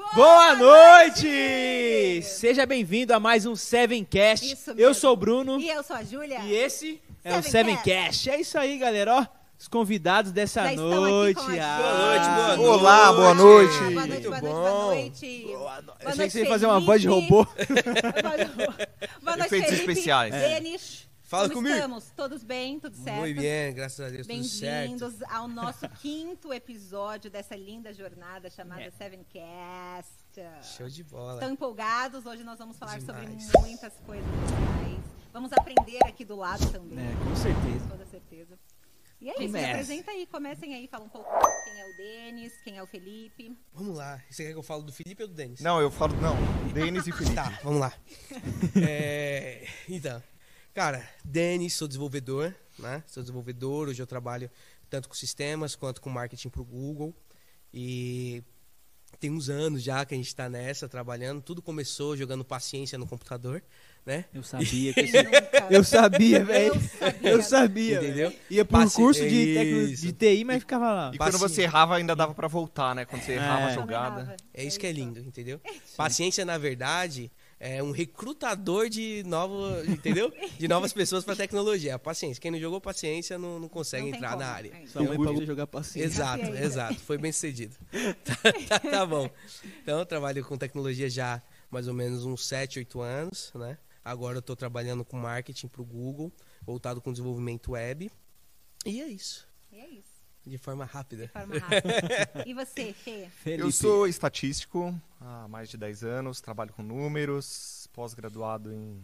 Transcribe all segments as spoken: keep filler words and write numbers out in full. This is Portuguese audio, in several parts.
Boa noite! Seja bem-vindo a mais um Sevencast. Isso mesmo. Eu sou o Bruno. E eu sou a Júlia. E esse é o Sevencast. Sevencast. É isso aí, galera. Ó, os convidados dessa Já estão aqui noite. com a gente. Ah, Boa noite, boa noite. Olá, boa noite. Boa noite, Muito boa noite, bom. boa noite. Boa noite. Boa Achei que noite, você ia fazer uma voz de Felipe. robô. Boa noite, Efeitos Felipe. especiais. Denis. Fala Como comigo. estamos? Todos bem? Tudo certo? Muito bem, graças a Deus, tudo certo. Bem-vindos ao nosso quinto episódio dessa linda jornada chamada É. Sevencast. Show de bola. Estão empolgados? Hoje nós vamos falar Demais. sobre muitas coisas legais. Vamos aprender aqui do lado também. É, com certeza. Com toda certeza. E é isso, Comece. me apresenta aí, comecem aí, fala um pouco quem é o Denis, quem é o Felipe. Vamos lá. Você quer que eu fale do Felipe ou do Denis? Não, eu falo, não, Denis e Felipe. Tá, vamos lá. É, então, cara, Denis, sou desenvolvedor, né? Sou desenvolvedor, hoje eu trabalho tanto com sistemas quanto com marketing pro Google. E tem uns anos já que a gente tá nessa, trabalhando. Tudo começou jogando paciência no computador, né? Eu sabia que esse... Nunca. Eu sabia, velho. Eu sabia. Eu sabia. Entendeu? Ia por um Paci- curso de, tecno... Isso. de T I, mas ficava lá. E quando Paci- você errava, ainda dava pra voltar, né? Quando você errava a É. jogada. É isso que é lindo, entendeu? Paciência, na verdade, é um recrutador de novos, entendeu? De novas pessoas para tecnologia. A paciência. Quem não jogou paciência não, não consegue Não tem entrar como. na área. É isso. Sua mãe pra você jogar paciência. Exato, Paciência. exato. Foi bem sucedido. tá, tá, tá bom. Então, eu trabalho com tecnologia já há mais ou menos uns sete, oito anos, né? Agora eu tô trabalhando com marketing pro Google, voltado com desenvolvimento web. E é isso. E é isso, De forma rápida. de forma rápida. E você, Fê? Felipe. Eu sou estatístico há mais de dez anos, trabalho com números, pós-graduado em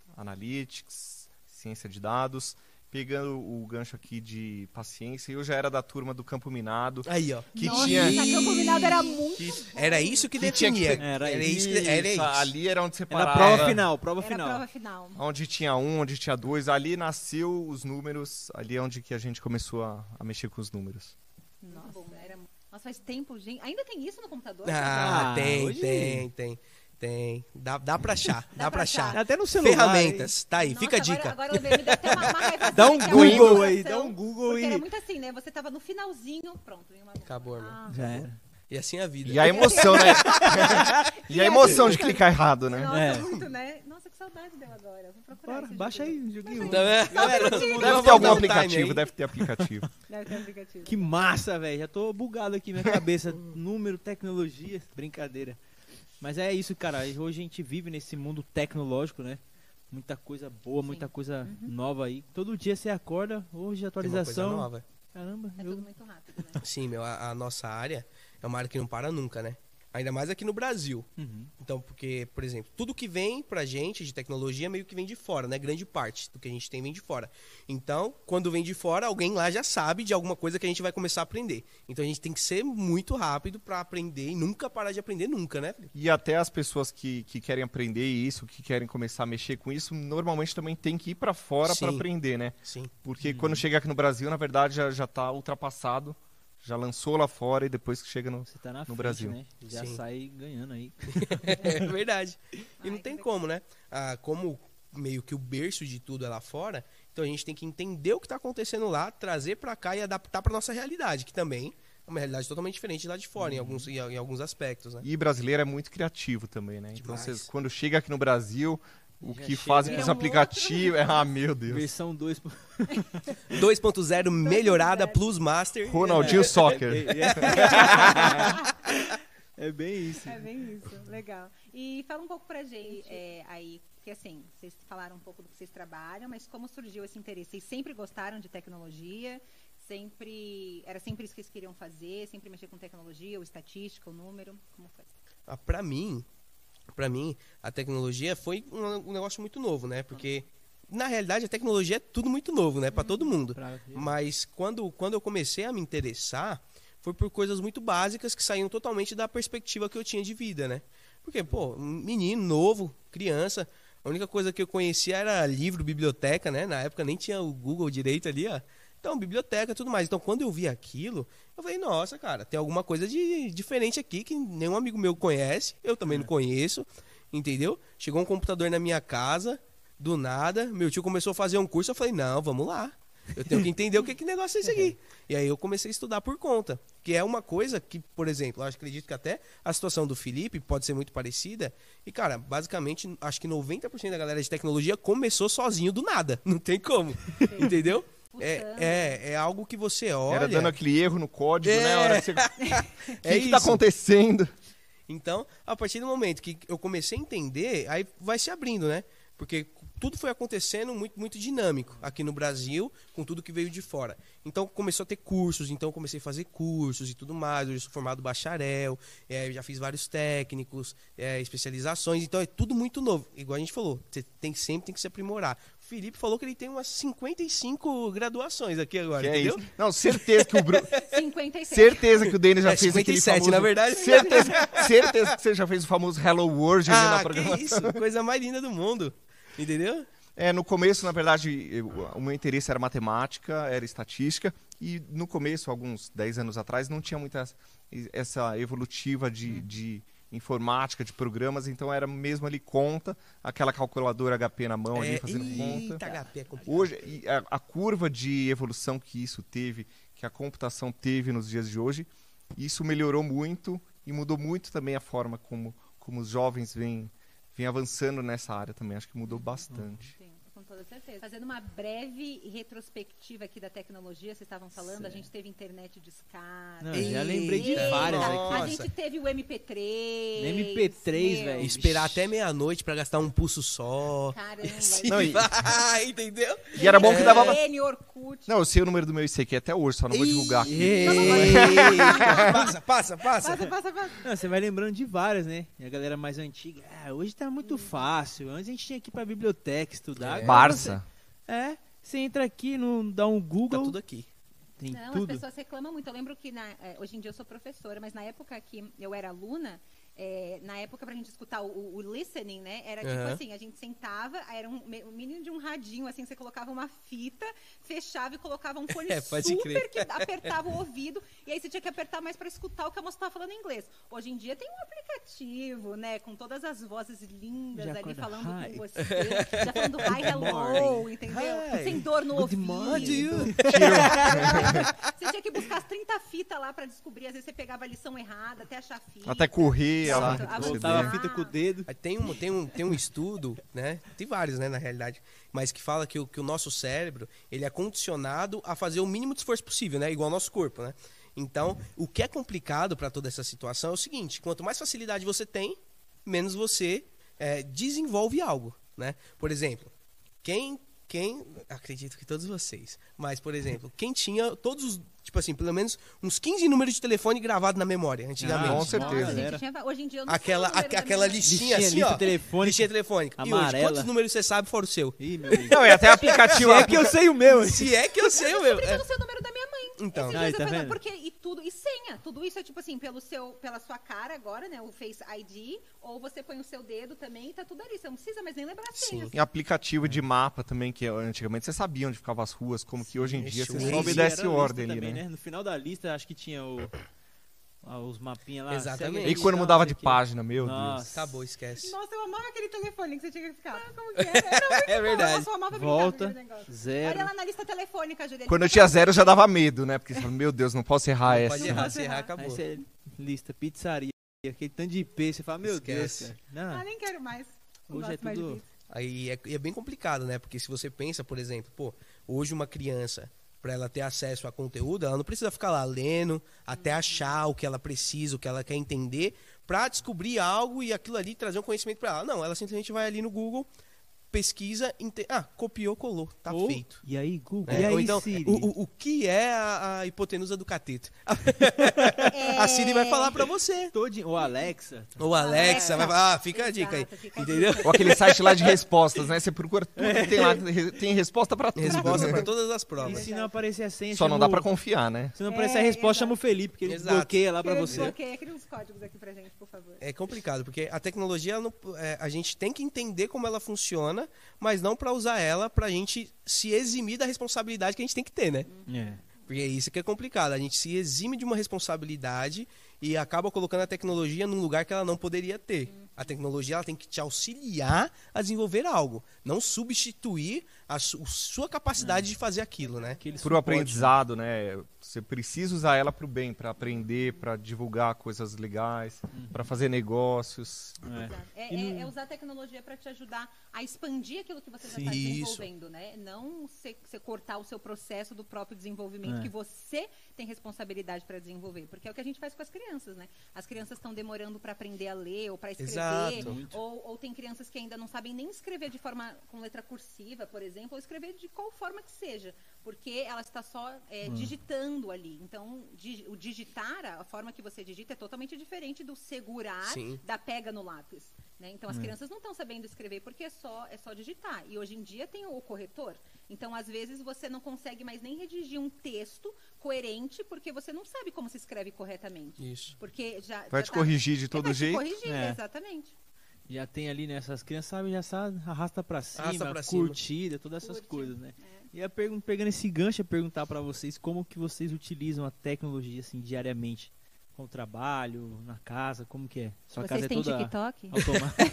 Analytics, ciência de dados. Pegando o gancho aqui de paciência, eu já era da turma do Campo Minado. Aí, ó. Que Nossa, tinha... essa Campo Minado era muito... que- Era isso que, Que tinha que definia. ter- Era isso. que- Era isso. Ali era onde Era separava. a prova final, prova Era a final. prova final. Onde tinha um, onde tinha dois. Ali nasceu os números, ali é onde que a gente começou a, a mexer com os números. Nossa, era... Nossa, faz tempo, gente. Ainda tem isso no computador? Ah, Ah, tem, hoje- tem, tem, tem. Dá, dá pra achar, dá, pra pra achar. achar. Até no celular. Ferramentas, tá aí, Nossa, fica a agora- dica. Agora, o Demi deve ter uma, uma raiva. Dá um que é Google uma aí, informação, dá um Google porque e- era muito assim, né? Você tava no finalzinho, pronto. Vinha uma... Acabou, irmão. Ah, Já era. E assim é a vida. E a emoção, né? e a emoção de clicar errado, né? Nossa, É. muito, né? Nossa, que saudade dela agora. Vou procurar Bora, esse baixa jogo. aí o joguinho. Tá vendo? Galera, todo mundo- Deve Vamos ter algum dar um time aplicativo, aí. deve ter aplicativo. Deve ter um aplicativo. Que massa, velho. Já tô bugado aqui na minha cabeça. Número, tecnologia, brincadeira. Mas é isso, cara. Hoje a gente vive nesse mundo tecnológico, né? Muita coisa boa, muita coisa nova aí. Todo dia você acorda, hoje Tem uma coisa atualização. nova. Caramba, É eu... tudo muito rápido, né? Sim, meu, a, a nossa área é uma área que não para nunca, né? Ainda mais aqui no Brasil. Uhum. Então, porque, por exemplo, tudo que vem pra gente de tecnologia meio que vem de fora, né? Grande parte do que a gente tem vem de fora. Então, quando vem de fora, alguém lá já sabe de alguma coisa que a gente vai começar a aprender. Então, a gente tem que ser muito rápido pra aprender e nunca parar de aprender nunca, né, Felipe? E até as pessoas que, que querem aprender isso, que querem começar a mexer com isso, normalmente também tem que ir pra fora Sim. pra aprender, né? Sim. Porque quando chega aqui no Brasil, na verdade, já, já tá ultrapassado, já lançou lá fora e depois que chega no... Você tá na No frente, Brasil. né? Já Sim. sai ganhando aí. É verdade. E não Ai, tem que como, né? Ah, como meio que o berço de tudo é lá fora, então a gente tem que entender o que está acontecendo lá, trazer para cá e adaptar para nossa realidade, que também é uma realidade totalmente diferente lá de fora, em, alguns, em, em alguns aspectos, né? E brasileiro é muito criativo também, né? Então, Demais. vocês, quando chega aqui no Brasil, o Já que chega- fazem com É os um aplicativos... É, ah, meu Deus. Versão dois. dois ponto zero melhorada plus master. Ronaldinho Soccer. É bem isso. É bem isso, legal. E fala um pouco pra gente é, aí, que assim, vocês falaram um pouco do que vocês trabalham, mas como surgiu esse interesse? Vocês sempre gostaram de tecnologia? Sempre, era sempre isso que vocês queriam fazer? Sempre mexer com tecnologia, ou estatística, ou número? Como foi? Ah, para mim, para mim, a tecnologia foi um, um negócio muito novo, né? Porque na realidade a tecnologia é tudo muito novo, né? Para todo mundo. Pra- Mas quando, quando eu comecei a me interessar, foi por coisas muito básicas que saíam totalmente da perspectiva que eu tinha de vida, né? Porque, pô, um menino novo, criança, a única coisa que eu conhecia era livro, biblioteca, né? Na época nem tinha o Google direito ali, ó. Então, biblioteca e tudo mais. Então, quando eu vi aquilo, eu falei, nossa, cara, tem alguma coisa de diferente aqui que nenhum amigo meu conhece, eu também não conheço, entendeu? Chegou um computador na minha casa, do nada, meu tio começou a fazer um curso, eu falei, não, vamos lá. Eu tenho que entender o que, que negócio é esse aqui. E aí eu comecei a estudar por conta. Que é uma coisa que, por exemplo, eu acredito que até a situação do Felipe pode ser muito parecida. E, cara, basicamente, acho que noventa por cento da galera de tecnologia começou sozinho do nada. Não tem como. Entendeu? É, é, é algo que você olha... Era dando aquele erro no código, É. né? A hora que você... O É que, que tá isso. acontecendo? Então, a partir do momento que eu comecei a entender, aí vai se abrindo, né? Porque tudo foi acontecendo muito, muito dinâmico aqui no Brasil, com tudo que veio de fora. Então, começou a ter cursos, então eu comecei a fazer cursos e tudo mais. Hoje eu sou formado bacharel, é, já fiz vários técnicos, é, especializações. Então, é tudo muito novo. Igual a gente falou, você tem, sempre tem que se aprimorar. O Felipe falou que ele tem umas cinquenta e cinco graduações aqui agora, Que é entendeu? isso? Não, certeza que o Bruno... cinquenta e sete. Certeza que o Denis já É fez aquele cinquenta e sete, famoso... na verdade. Certeza, certeza que você já fez o famoso Hello World ali na Ah, que programação. isso, coisa mais linda do mundo. Entendeu? É, no começo, na verdade, eu- o meu interesse era matemática, era estatística, e no começo, alguns dez anos atrás, não tinha muita essa evolutiva de, de informática, de programas, então era mesmo ali conta, aquela calculadora H P na mão ali, É, fazendo eita, conta. H P é complicado. Hoje, e a, a curva de evolução que isso teve, que a computação teve nos dias de hoje, isso melhorou muito e mudou muito também a forma como, como os jovens vêm, vêm avançando nessa área também. Acho que mudou bastante. Sim, com toda certeza. Fazendo uma breve retrospectiva aqui da tecnologia, vocês estavam falando, a gente teve internet de escada. Não, já lembrei de Eita, várias aqui. A nossa. gente teve o M P três. M P três, meu, velho. Esperar até meia-noite pra gastar um pulso só. Caramba. Sim, Não, e- vai, entendeu? E era bom que dava... N, Orkut. Não, eu sei o número do meu I C Q até hoje, só não vou divulgar aqui. Eita, passa, passa, passa. Passa, passa, passa. Não, você vai lembrando de várias, né? E a galera mais antiga, ah, hoje tá muito fácil. Antes a gente tinha que ir pra biblioteca estudar. É. Agora Barça. você- É, você entra aqui, não dá um Tá Google, tudo aqui. tem Não, tudo. as pessoas reclamam muito. Eu lembro que na- é, hoje em dia eu sou professora, mas na época que eu era aluna, é, na época pra gente escutar o, o listening, né? Era tipo Aham. assim, a gente sentava, aí era um, me- um mínimo de um radinho, assim, você colocava uma fita, fechava e colocava um fone É, pode super crer. que apertava o ouvido, e aí você tinha que apertar mais pra escutar o que a moça tava falando em inglês. Hoje em dia tem um aplicativo, né? Com todas as vozes lindas Já ali acorda, falando "Hi." com você, já falando hi, hello, morning. entendeu? Hi. Sem dor no Good ouvido. morning. Você tinha que buscar as trinta fitas lá pra descobrir. Às vezes você pegava a lição errada, até achar a fita. Até correr, Exato. lá. Ah, C D. Botava a Ah. fita com o dedo. Aí Tem um, tem, um, tem um estudo, né? Tem vários, né, na realidade, mas que fala que o, que o nosso cérebro, ele é condicionado a fazer o mínimo de esforço possível, né? Igual ao nosso corpo, né? Então, o que é complicado para toda essa situação é o seguinte, quanto mais facilidade você tem, menos você é, desenvolve algo, né? Por exemplo, quem, quem, acredito que todos vocês, mas, por exemplo, quem tinha todos os, tipo assim, pelo menos uns quinze números de telefone gravados na memória, antigamente. Ah, com certeza. Nossa, Galera. gente, tinha- hoje em dia eu não Aquela, sei o número aque- da aquela minha mãe. listinha, Listinha, assim, lista ó. telefônica. Listinha telefônica. E hoje, Amarela. quantos números você sabe fora o seu? Ih, meu amigo. Não, e até aplicativo. É que eu sei o meu. Se é que eu sei o meu. Eu É. não sei o número da minha mãe. Então. Esses Aí, dias tá eu falei, vendo? porque e tudo, e senha, tudo isso é tipo assim, pelo seu, pela sua cara agora, né, o Face I D, ou você põe o seu dedo também e tá tudo ali, você não precisa mais nem lembrar a senha. Em aplicativo de mapa também, que antigamente você sabia onde ficavam as ruas, como que hoje em dia você Sim, só sim, obedece Era a lista ordem ali, também, né? No final da lista, acho que tinha o, ah, os mapinhas lá. Exatamente. segue E quando aqui, mudava tal, de sei o quê. página, meu Nossa. Acabou, esquece. Nossa, eu amava aquele telefone que você tinha que ficar. Ah, como que era? Era muito É bom, verdade. Nossa, eu amava brincar Volta, com aquele negócio. zero. Olha lá na lista telefônica, Julia. Quando eu tinha zero já dava medo, né? Porque você fala, meu Deus, não posso errar Não essa. pode errar, Pode se errar, errar. acabou. Aí você lista pizzaria, aquele tanto de I P, você fala, meu Esquece. Deus, cara. Ah, Não, nem quero mais. Não hoje é gosto mais tudo... disso. Aí é, e é bem complicado, né? Porque se você pensa, por exemplo, pô, hoje uma criança, para ela ter acesso a conteúdo, ela não precisa ficar lá lendo até achar o que ela precisa, o que ela quer entender, para descobrir algo e aquilo ali trazer um conhecimento para ela. Não, ela simplesmente vai ali no Google, pesquisa, ente... ah, copiou, colou, tá Ou- feito. E aí, Google? É, E aí, ou então, Siri? o, o, o que é a, a hipotenusa do cateto? A Siri vai falar pra você. Todinho, ou Alexa. Ou a Alexa, vai falar, ah, fica a dica aí. Exato, fica a Entendeu? Ou aquele site lá de respostas, né? Você procura tudo que tem lá, tem resposta pra tudo. Resposta né? pra todas as E provas. se não aparecer a senha, Só não chama dá pra o- confiar, né? Se não aparecer É, a resposta, exato. chama o Felipe, que ele Exato. bloqueia lá pra Queria você. desbloquear, cria uns códigos aqui pra gente, por favor. É complicado, porque a tecnologia, ela não- é, a gente tem que entender como ela funciona, mas não pra usar ela pra gente se eximir da responsabilidade que a gente tem que ter, né? É. Porque é isso que é complicado. A gente se exime de uma responsabilidade e acaba colocando a tecnologia num lugar que ela não poderia ter. A tecnologia ela tem que te auxiliar a desenvolver algo, não substituir a su sua capacidade de fazer aquilo, né? Aquele Pro suporte, aprendizado, né? Você precisa usar ela pro bem, para aprender, para divulgar coisas legais, para fazer negócios. né? Exato. É, E é- no- é usar a tecnologia para te ajudar a expandir aquilo que você já está Isso. desenvolvendo, né? Não você cortar o seu processo do próprio desenvolvimento É. que você tem responsabilidade para desenvolver, porque é o que a gente faz com as crianças, né? As crianças estão demorando para aprender a ler ou para escrever, Exato. Muito. ou, ou tem crianças que ainda não sabem nem escrever de forma com letra cursiva, por exemplo, ou escrever de qual forma que seja, porque ela está só é, digitando ali. Então, di- o digitar, a forma que você digita é totalmente diferente do segurar, Sim. da pega no lápis. Né? Então, as crianças não estão sabendo escrever porque é só, é só digitar. E hoje em dia tem o corretor. Então, às vezes, você não consegue mais nem redigir um texto coerente porque você não sabe como se escreve corretamente. Isso. Porque já. Vai já te tá- corrigir de É, todo vai te jeito. corrigir, É. exatamente. Já tem ali, né? Essas crianças sabem, já sabe, arrasta pra cima, Arrasta pra cima. curtida, todas essas Curte, coisas, né? é. E a pergun- pegando esse gancho, é perguntar pra vocês como que vocês utilizam a tecnologia, assim, diariamente. Com o trabalho, na casa, como que é? Sua Vocês casa é têm toda TikTok? automática.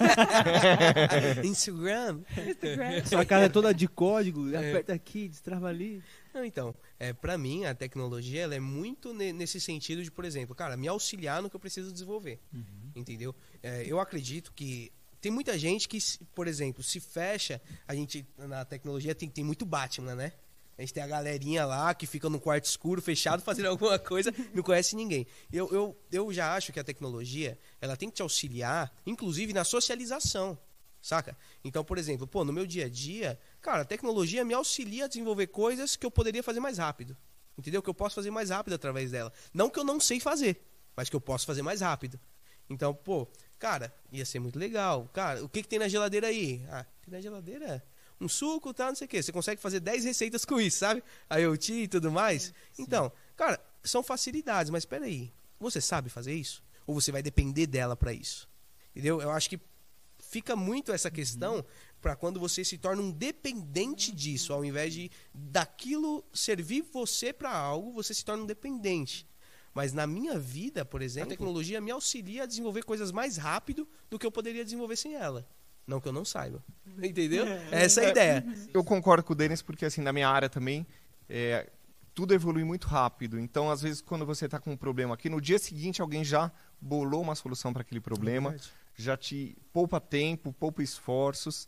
Instagram. Instagram? Sua casa é toda de código, aperta aqui, destrava ali. Não, então, é, para mim, a tecnologia ela é muito ne- nesse sentido de, por exemplo, cara, me auxiliar no que eu preciso desenvolver. Entendeu? É, eu acredito que tem muita gente que, se- por exemplo, se fecha, a gente, na tecnologia, tem, tem muito Batman, né? A gente tem a galerinha lá que fica no quarto escuro, fechado, fazendo alguma coisa, não conhece ninguém. Eu, eu, eu já acho que a tecnologia, ela tem que te auxiliar, inclusive na socialização, saca? Então, por exemplo, pô, no meu dia a dia, cara, a tecnologia me auxilia a desenvolver coisas que eu poderia fazer mais rápido. Entendeu? Que eu posso fazer mais rápido através dela. Não que eu não sei fazer, mas que eu posso fazer mais rápido. Então, pô, cara, ia ser muito legal. Cara, o que, que tem na geladeira aí? Ah, tem na geladeira um suco, tá, não sei o quê. Você consegue fazer dez receitas com isso, sabe? IoT e tudo mais. Então, cara, são facilidades, mas espera aí. Você sabe fazer isso? Ou você vai depender dela para isso? Entendeu? Eu acho que fica muito essa questão para quando você se torna um dependente disso, ao invés de daquilo servir você para algo, você se torna um dependente. Mas na minha vida, por exemplo, a tecnologia me auxilia a desenvolver coisas mais rápido do que eu poderia desenvolver sem ela. Não que eu não saiba. Entendeu? Essa é a ideia. Eu concordo com o Denis porque, assim, na minha área também, é, tudo evolui muito rápido. Então, às vezes, quando você está com um problema aqui, no dia seguinte alguém já bolou uma solução para aquele problema, já te poupa tempo, poupa esforços.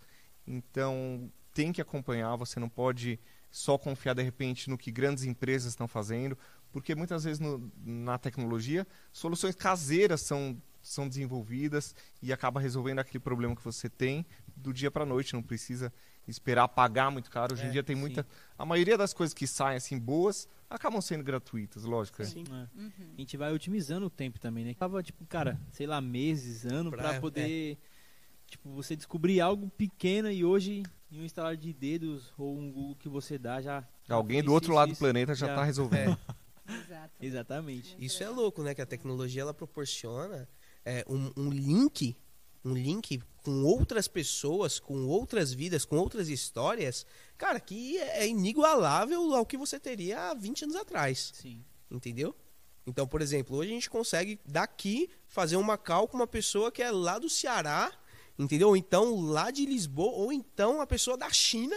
Então, tem que acompanhar, você não pode só confiar, de repente, no que grandes empresas estão fazendo, porque muitas vezes no, na tecnologia, soluções caseiras são, são desenvolvidas e acaba resolvendo aquele problema que você tem do dia para a noite, não precisa esperar pagar muito caro. Hoje em É, dia tem muita... A maioria das coisas que saem assim boas acabam sendo gratuitas, lógico. é. Sim. É. A gente vai otimizando o tempo também, né? Tava, tipo, cara, sei lá, meses, anos, pra, Pra- poder, tipo, você descobrir algo pequeno e hoje, em um instalar de dedos ou um Google que você dá, já... já Alguém fez do outro isso, lado do isso, planeta já está resolvendo. É. Exato. Exatamente. Isso é louco, né? Que a tecnologia ela proporciona é, um, um link, um link com outras pessoas, com outras vidas, com outras histórias, cara, que é inigualável ao que você teria há vinte anos atrás, Sim. entendeu? Então, por exemplo, hoje a gente consegue daqui fazer uma call com uma pessoa que é lá do Ceará, entendeu? Ou então lá de Lisboa, ou então a pessoa da China,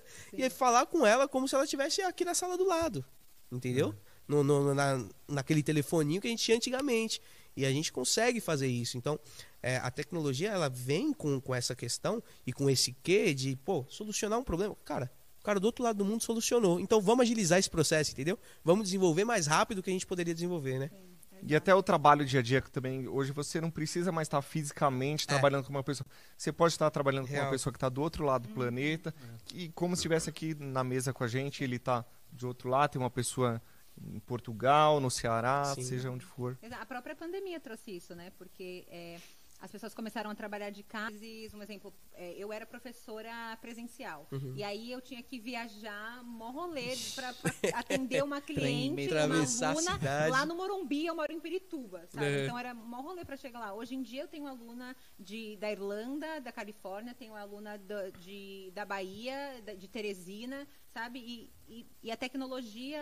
e aí falar com ela como se ela estivesse aqui na sala do lado, entendeu? No, no, na, naquele telefoninho que a gente tinha antigamente. E a gente consegue fazer isso. Então, é, a tecnologia, ela vem com, com essa questão e com esse quê de, pô, solucionar um problema. Cara, o cara do outro lado do mundo solucionou. Então, vamos agilizar esse processo, entendeu? Vamos desenvolver mais rápido do que a gente poderia desenvolver, né? E até o trabalho dia a dia que também, hoje você não precisa mais estar fisicamente É. trabalhando com uma pessoa. Você pode estar trabalhando com Real. uma pessoa que está do outro lado do planeta, e como se estivesse aqui na mesa com a gente, ele está de outro lado, tem uma pessoa em Portugal, no Ceará, Sim. seja onde for. A própria pandemia trouxe isso, né? Porque é, as pessoas começaram a trabalhar de casa. Um exemplo, é, eu era professora presencial. Uhum. E aí eu tinha que viajar mó rolê para atender uma cliente, uma atravessar a aluna cidade. lá no Morumbi, eu moro em Pirituba, sabe? É. Então era mó rolê para chegar lá. Hoje em dia eu tenho aluna de, da Irlanda, da Califórnia, tenho aluna da, de, da Bahia, da, de Teresina, sabe? E, e, e a tecnologia...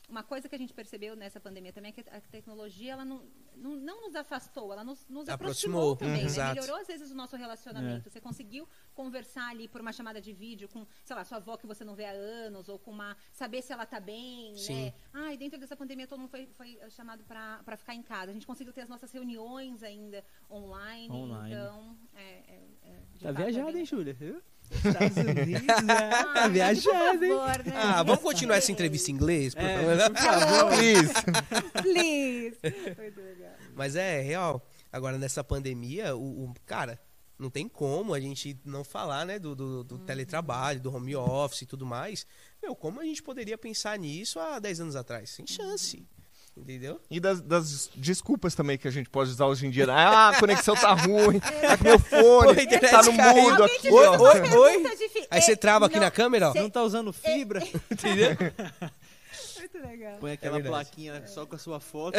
uma coisa que a gente percebeu nessa pandemia também é que a tecnologia ela não, não, não nos afastou, ela nos, nos aproximou, Aproximou, também, hum, né? exato. Melhorou às vezes o nosso relacionamento. É. Você conseguiu conversar ali por uma chamada de vídeo com, sei lá, sua avó que você não vê há anos, ou com uma, saber se ela tá bem, Sim. né? Ah, e dentro dessa pandemia todo mundo foi, foi chamado para ficar em casa. A gente conseguiu ter as nossas reuniões ainda online, Online. então... É, é, é, de Tá fato, é viajada, bem- hein, Júlia? Viu? Estados Unidos, né? Tá Ah, viajada, hein? por favor, né? Ah, vamos continuar essa entrevista em inglês? Por favor? É, por favor. Please. Please. Muito legal. Mas é real. Agora, nessa pandemia, o, o- cara, não tem como a gente não falar, né, do, do, do teletrabalho, do home office e tudo mais. Meu, como a gente poderia pensar nisso há dez anos atrás? Sem chance. Entendeu? E das, das desculpas também que a gente pode usar hoje em dia. Ah, a conexão tá ruim, tá com meu fone, Pô, a internet tá no caiu. mudo Alguém te aqui, fez ó. uma Oi, oi. pergunta difícil. Aí você É, trava aqui não, na câmera, ó. cê- Não tá usando fibra, entendeu? Muito legal. Põe aquela É verdade. plaquinha só com a sua foto.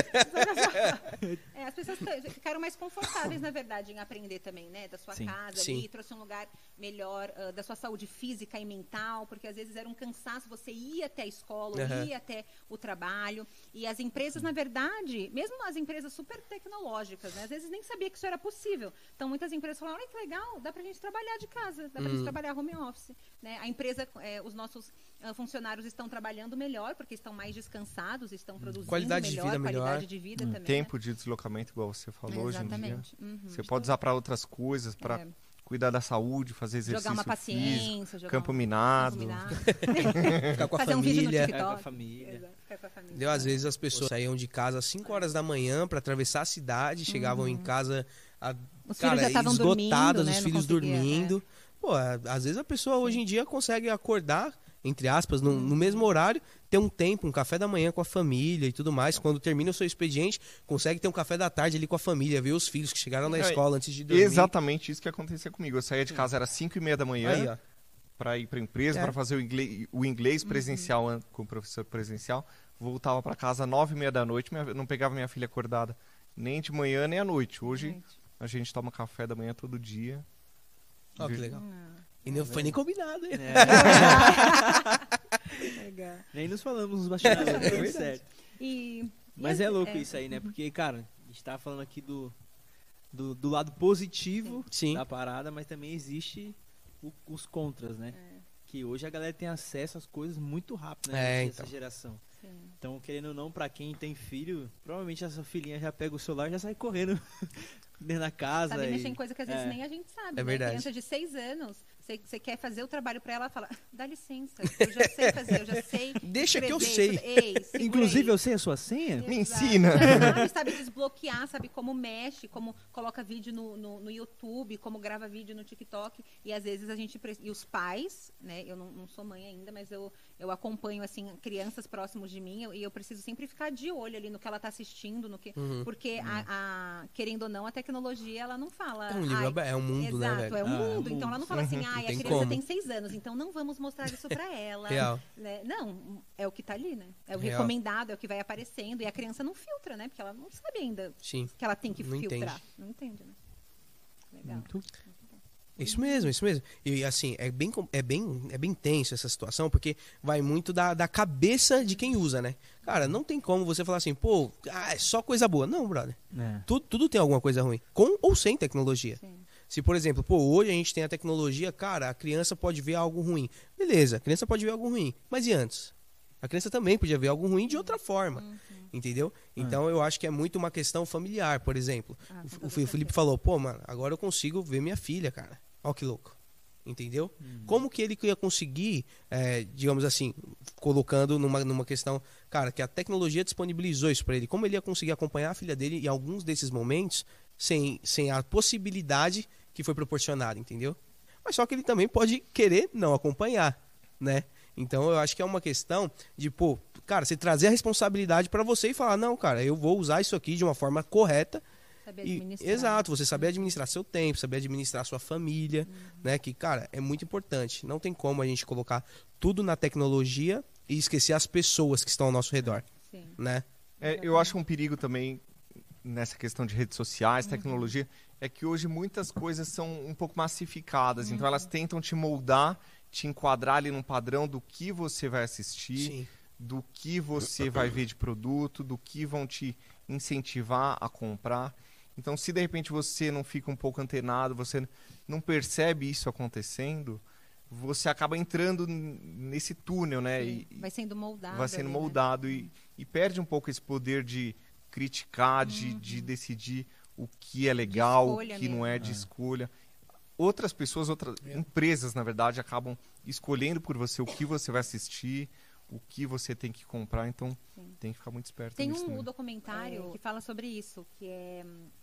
É, as pessoas t- ficaram mais confortáveis, na verdade, em aprender também, né? Da sua Sim. casa Sim. ali, trouxe um lugar melhor ah, da sua saúde física e mental, porque às vezes era um cansaço, você ia até a escola, Aham. ia até o trabalho. E as empresas, na verdade, mesmo as empresas super tecnológicas, né? Às vezes nem sabia que isso era possível. Então, muitas empresas falaram, olha que legal, dá pra gente trabalhar de casa, dá pra gente trabalhar home office. Né? A empresa, eh, os nossos ah, funcionários estão trabalhando melhor, porque estão mais descansados, estão produzindo Qualidade de melhor, vida melhor. qualidade de vida também. Tempo de deslocamento, igual você falou hoje em dia. Exatamente. Uhum. Você pode usar para outras coisas, para É. cuidar da saúde, fazer exercício Jogar uma físico, paciência, jogar campo um- minado. campo minado. Ficar com a Fazer um vídeo no família. TikTok. Ficar com a família. Exato, ficar com a família. Entendeu? Às vezes as pessoas saíam de casa às cinco horas da manhã pra atravessar a cidade, chegavam em casa a, Os cara, filhos já estavam esgotadas, dormindo, né? os Não filhos conseguia, dormindo. Pô, a- às vezes a pessoa hoje em dia consegue acordar, entre aspas, no, no mesmo horário, ter um tempo, um café da manhã com a família e tudo mais. Quando termina o seu expediente, consegue ter um café da tarde ali com a família, ver os filhos que chegaram na É, escola antes de dormir. Exatamente isso que acontecia comigo. Eu saía de casa, era cinco e meia da manhã, Aí, ó. para ir para a empresa, É. para fazer o inglês, o inglês presencial an- com o professor presencial. Voltava para casa às nove e meia da noite, minha- não pegava minha filha acordada nem de manhã nem à noite. Hoje Gente, a gente toma café da manhã todo dia. Ó, que Vejo- legal. não. E não foi nem combinado, hein? Legal. Nem nos falamos nos bastidores, foi certo. E, Mas e é assim, louco isso aí, né? Porque, cara, a gente tá falando aqui do, do, do lado positivo Sim. da parada, mas também existe o- os contras, né? É. Que hoje a galera tem acesso às coisas muito rápido, É, né? Essa então. geração. Sim. Então, querendo ou não, pra quem tem filho, provavelmente essa filhinha já pega o celular e já sai correndo dentro da casa. Sabe e- mexer em coisa que às vezes é. nem a gente sabe. É né? verdade. Criança de seis anos, você, você quer fazer o trabalho pra ela, ela fala, dá licença, eu já sei fazer, eu já sei. Deixa que eu escrever, sei. Ei, segura Inclusive, aí. eu sei a sua senha? Me Exato. ensina. Já sabe, sabe desbloquear, sabe como mexe, como coloca vídeo no, no, no YouTube, como grava vídeo no TikTok. E às vezes a gente. pre- E os pais, né? Eu não, não sou mãe ainda, mas eu, eu acompanho, assim, crianças próximos de mim. eu- E eu preciso sempre ficar de olho ali no que ela tá assistindo, no que. Uhum. Porque, a, a- querendo ou não, a tecnologia, ela não fala. É um livro "Ai, aberto, é um mundo, né, Exato, velho? é um Ah, é um mundo. Então ela não fala assim, ai, a tem criança como. tem seis anos, então não vamos mostrar isso pra ela. Real. Né? Não, é o que tá ali, né? É o Real. recomendado, é o que vai aparecendo. E a criança não filtra, né? Porque ela não sabe ainda Sim. que ela tem que Não filtrar. entende. Não entende, né? Legal. Muito. Isso mesmo, isso mesmo. E assim, é bem, com- é bem, é bem tenso essa situação, porque vai muito da, da cabeça de quem usa, né? Cara, não tem como você falar assim, pô, ah, é só coisa boa. Não, brother. É. Tudo, tudo tem alguma coisa ruim. Com ou sem tecnologia. Sim. Se, por exemplo, pô, hoje a gente tem a tecnologia, cara, a criança pode ver algo ruim. Beleza, a criança pode ver algo ruim. Mas e antes? A criança também podia ver algo ruim de outra forma. Entendeu? Então eu acho que é muito uma questão familiar, por exemplo. Ah, O- com o, toda Fi- o Felipe certeza. falou, pô, mano, agora eu consigo ver minha filha, cara. Ó que louco. Entendeu? Como que ele ia conseguir, é, digamos assim, colocando numa, numa questão, cara, que a tecnologia disponibilizou isso pra ele. Como ele ia conseguir acompanhar a filha dele em alguns desses momentos sem, sem a possibilidade que foi proporcionada, entendeu? Mas só que ele também pode querer não acompanhar, né? Então eu acho que é uma questão de, pô, cara, você trazer a responsabilidade pra você e falar, não, cara, eu vou usar isso aqui de uma forma correta. Saber E- administrar. exato, você saber administrar seu tempo, saber administrar sua família, né? Que, cara, é muito importante. Não tem como a gente colocar tudo na tecnologia e esquecer as pessoas que estão ao nosso redor, Sim. né? É, eu acho um perigo também nessa questão de redes sociais, Uhum. tecnologia, é que hoje muitas coisas são um pouco massificadas. Então Uhum. elas tentam te moldar, te enquadrar ali num padrão do que você vai assistir, Sim. do que você vai ver de produto, do que vão te incentivar a comprar. Então, se de repente você não fica um pouco antenado, você não percebe isso acontecendo, você acaba entrando nesse túnel, né? Sim, E, vai sendo moldado. vai sendo ali, moldado né? e, e perde um pouco esse poder de criticar, de, Uhum. de decidir o que é legal, o escolha que não é mesmo. de É. escolha. Outras pessoas, outras É. empresas, na verdade, acabam escolhendo por você o que você vai assistir, o que você tem que comprar, então Sim. tem que ficar muito esperto Tem nisso um também. documentário que fala sobre isso, que é,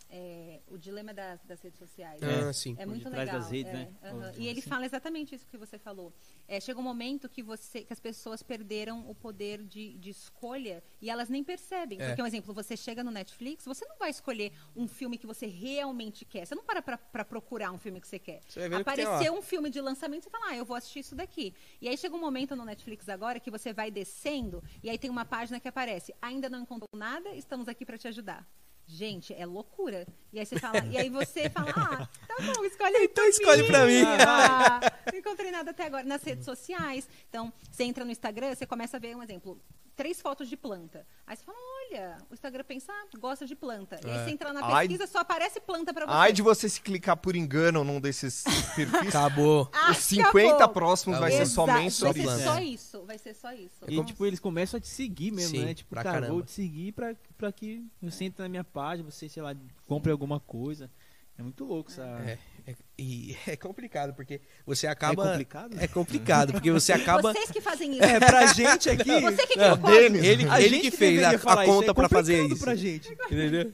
é o dilema das, das redes sociais. Ah, sim. É Por muito detrás legal. das redes, é, né? aham. Ou- E ele assim. fala exatamente isso que você falou. É, chega um momento que, você, que as pessoas perderam o poder de, de escolha e elas nem percebem. É. Porque, um exemplo, você chega no Netflix, você não vai escolher um filme que você realmente quer. Você não para pra, pra procurar um filme que você quer. Você vai ver o que tem lá. Apareceu um filme de lançamento, você fala, ah, eu vou assistir isso daqui. E aí chega um momento no Netflix agora que você vai descendo e aí tem uma página que aparece, ainda não encontrou nada, estamos aqui para te ajudar. Gente, é loucura. E aí você fala, e aí você fala, ah, tá bom, escolhe aí Então pra escolhe mim. pra mim. Ah, não encontrei nada até agora. Nas redes sociais, então, você entra no Instagram, você começa a ver um exemplo, três fotos de planta. Aí você fala, olha, o Instagram pensa, ah, gosta de planta. E aí É. você entra na Ai. pesquisa, só aparece planta pra você. Ai de você se clicar por engano num desses perfis, Acabou. Ah, os cinquenta acabou. próximos vai ser Exato, somente vai sobre ser planta. só É. isso, vai ser só isso. E, tipo, eles começam a te seguir mesmo, Sim, né? Tipo, pra cara, caramba. vou te seguir pra, pra que você entre na minha página, você, sei lá, compre alguma coisa. É muito louco essa... É, é- e é complicado, porque você É acaba... complicado? É complicado, porque você acaba... Vocês que fazem isso. É, pra gente aqui... Você que Não, criou o dele, código. ele, A ele gente que fez a, deveria falar a isso, conta é pra fazer complicado isso. pra gente. Entendeu?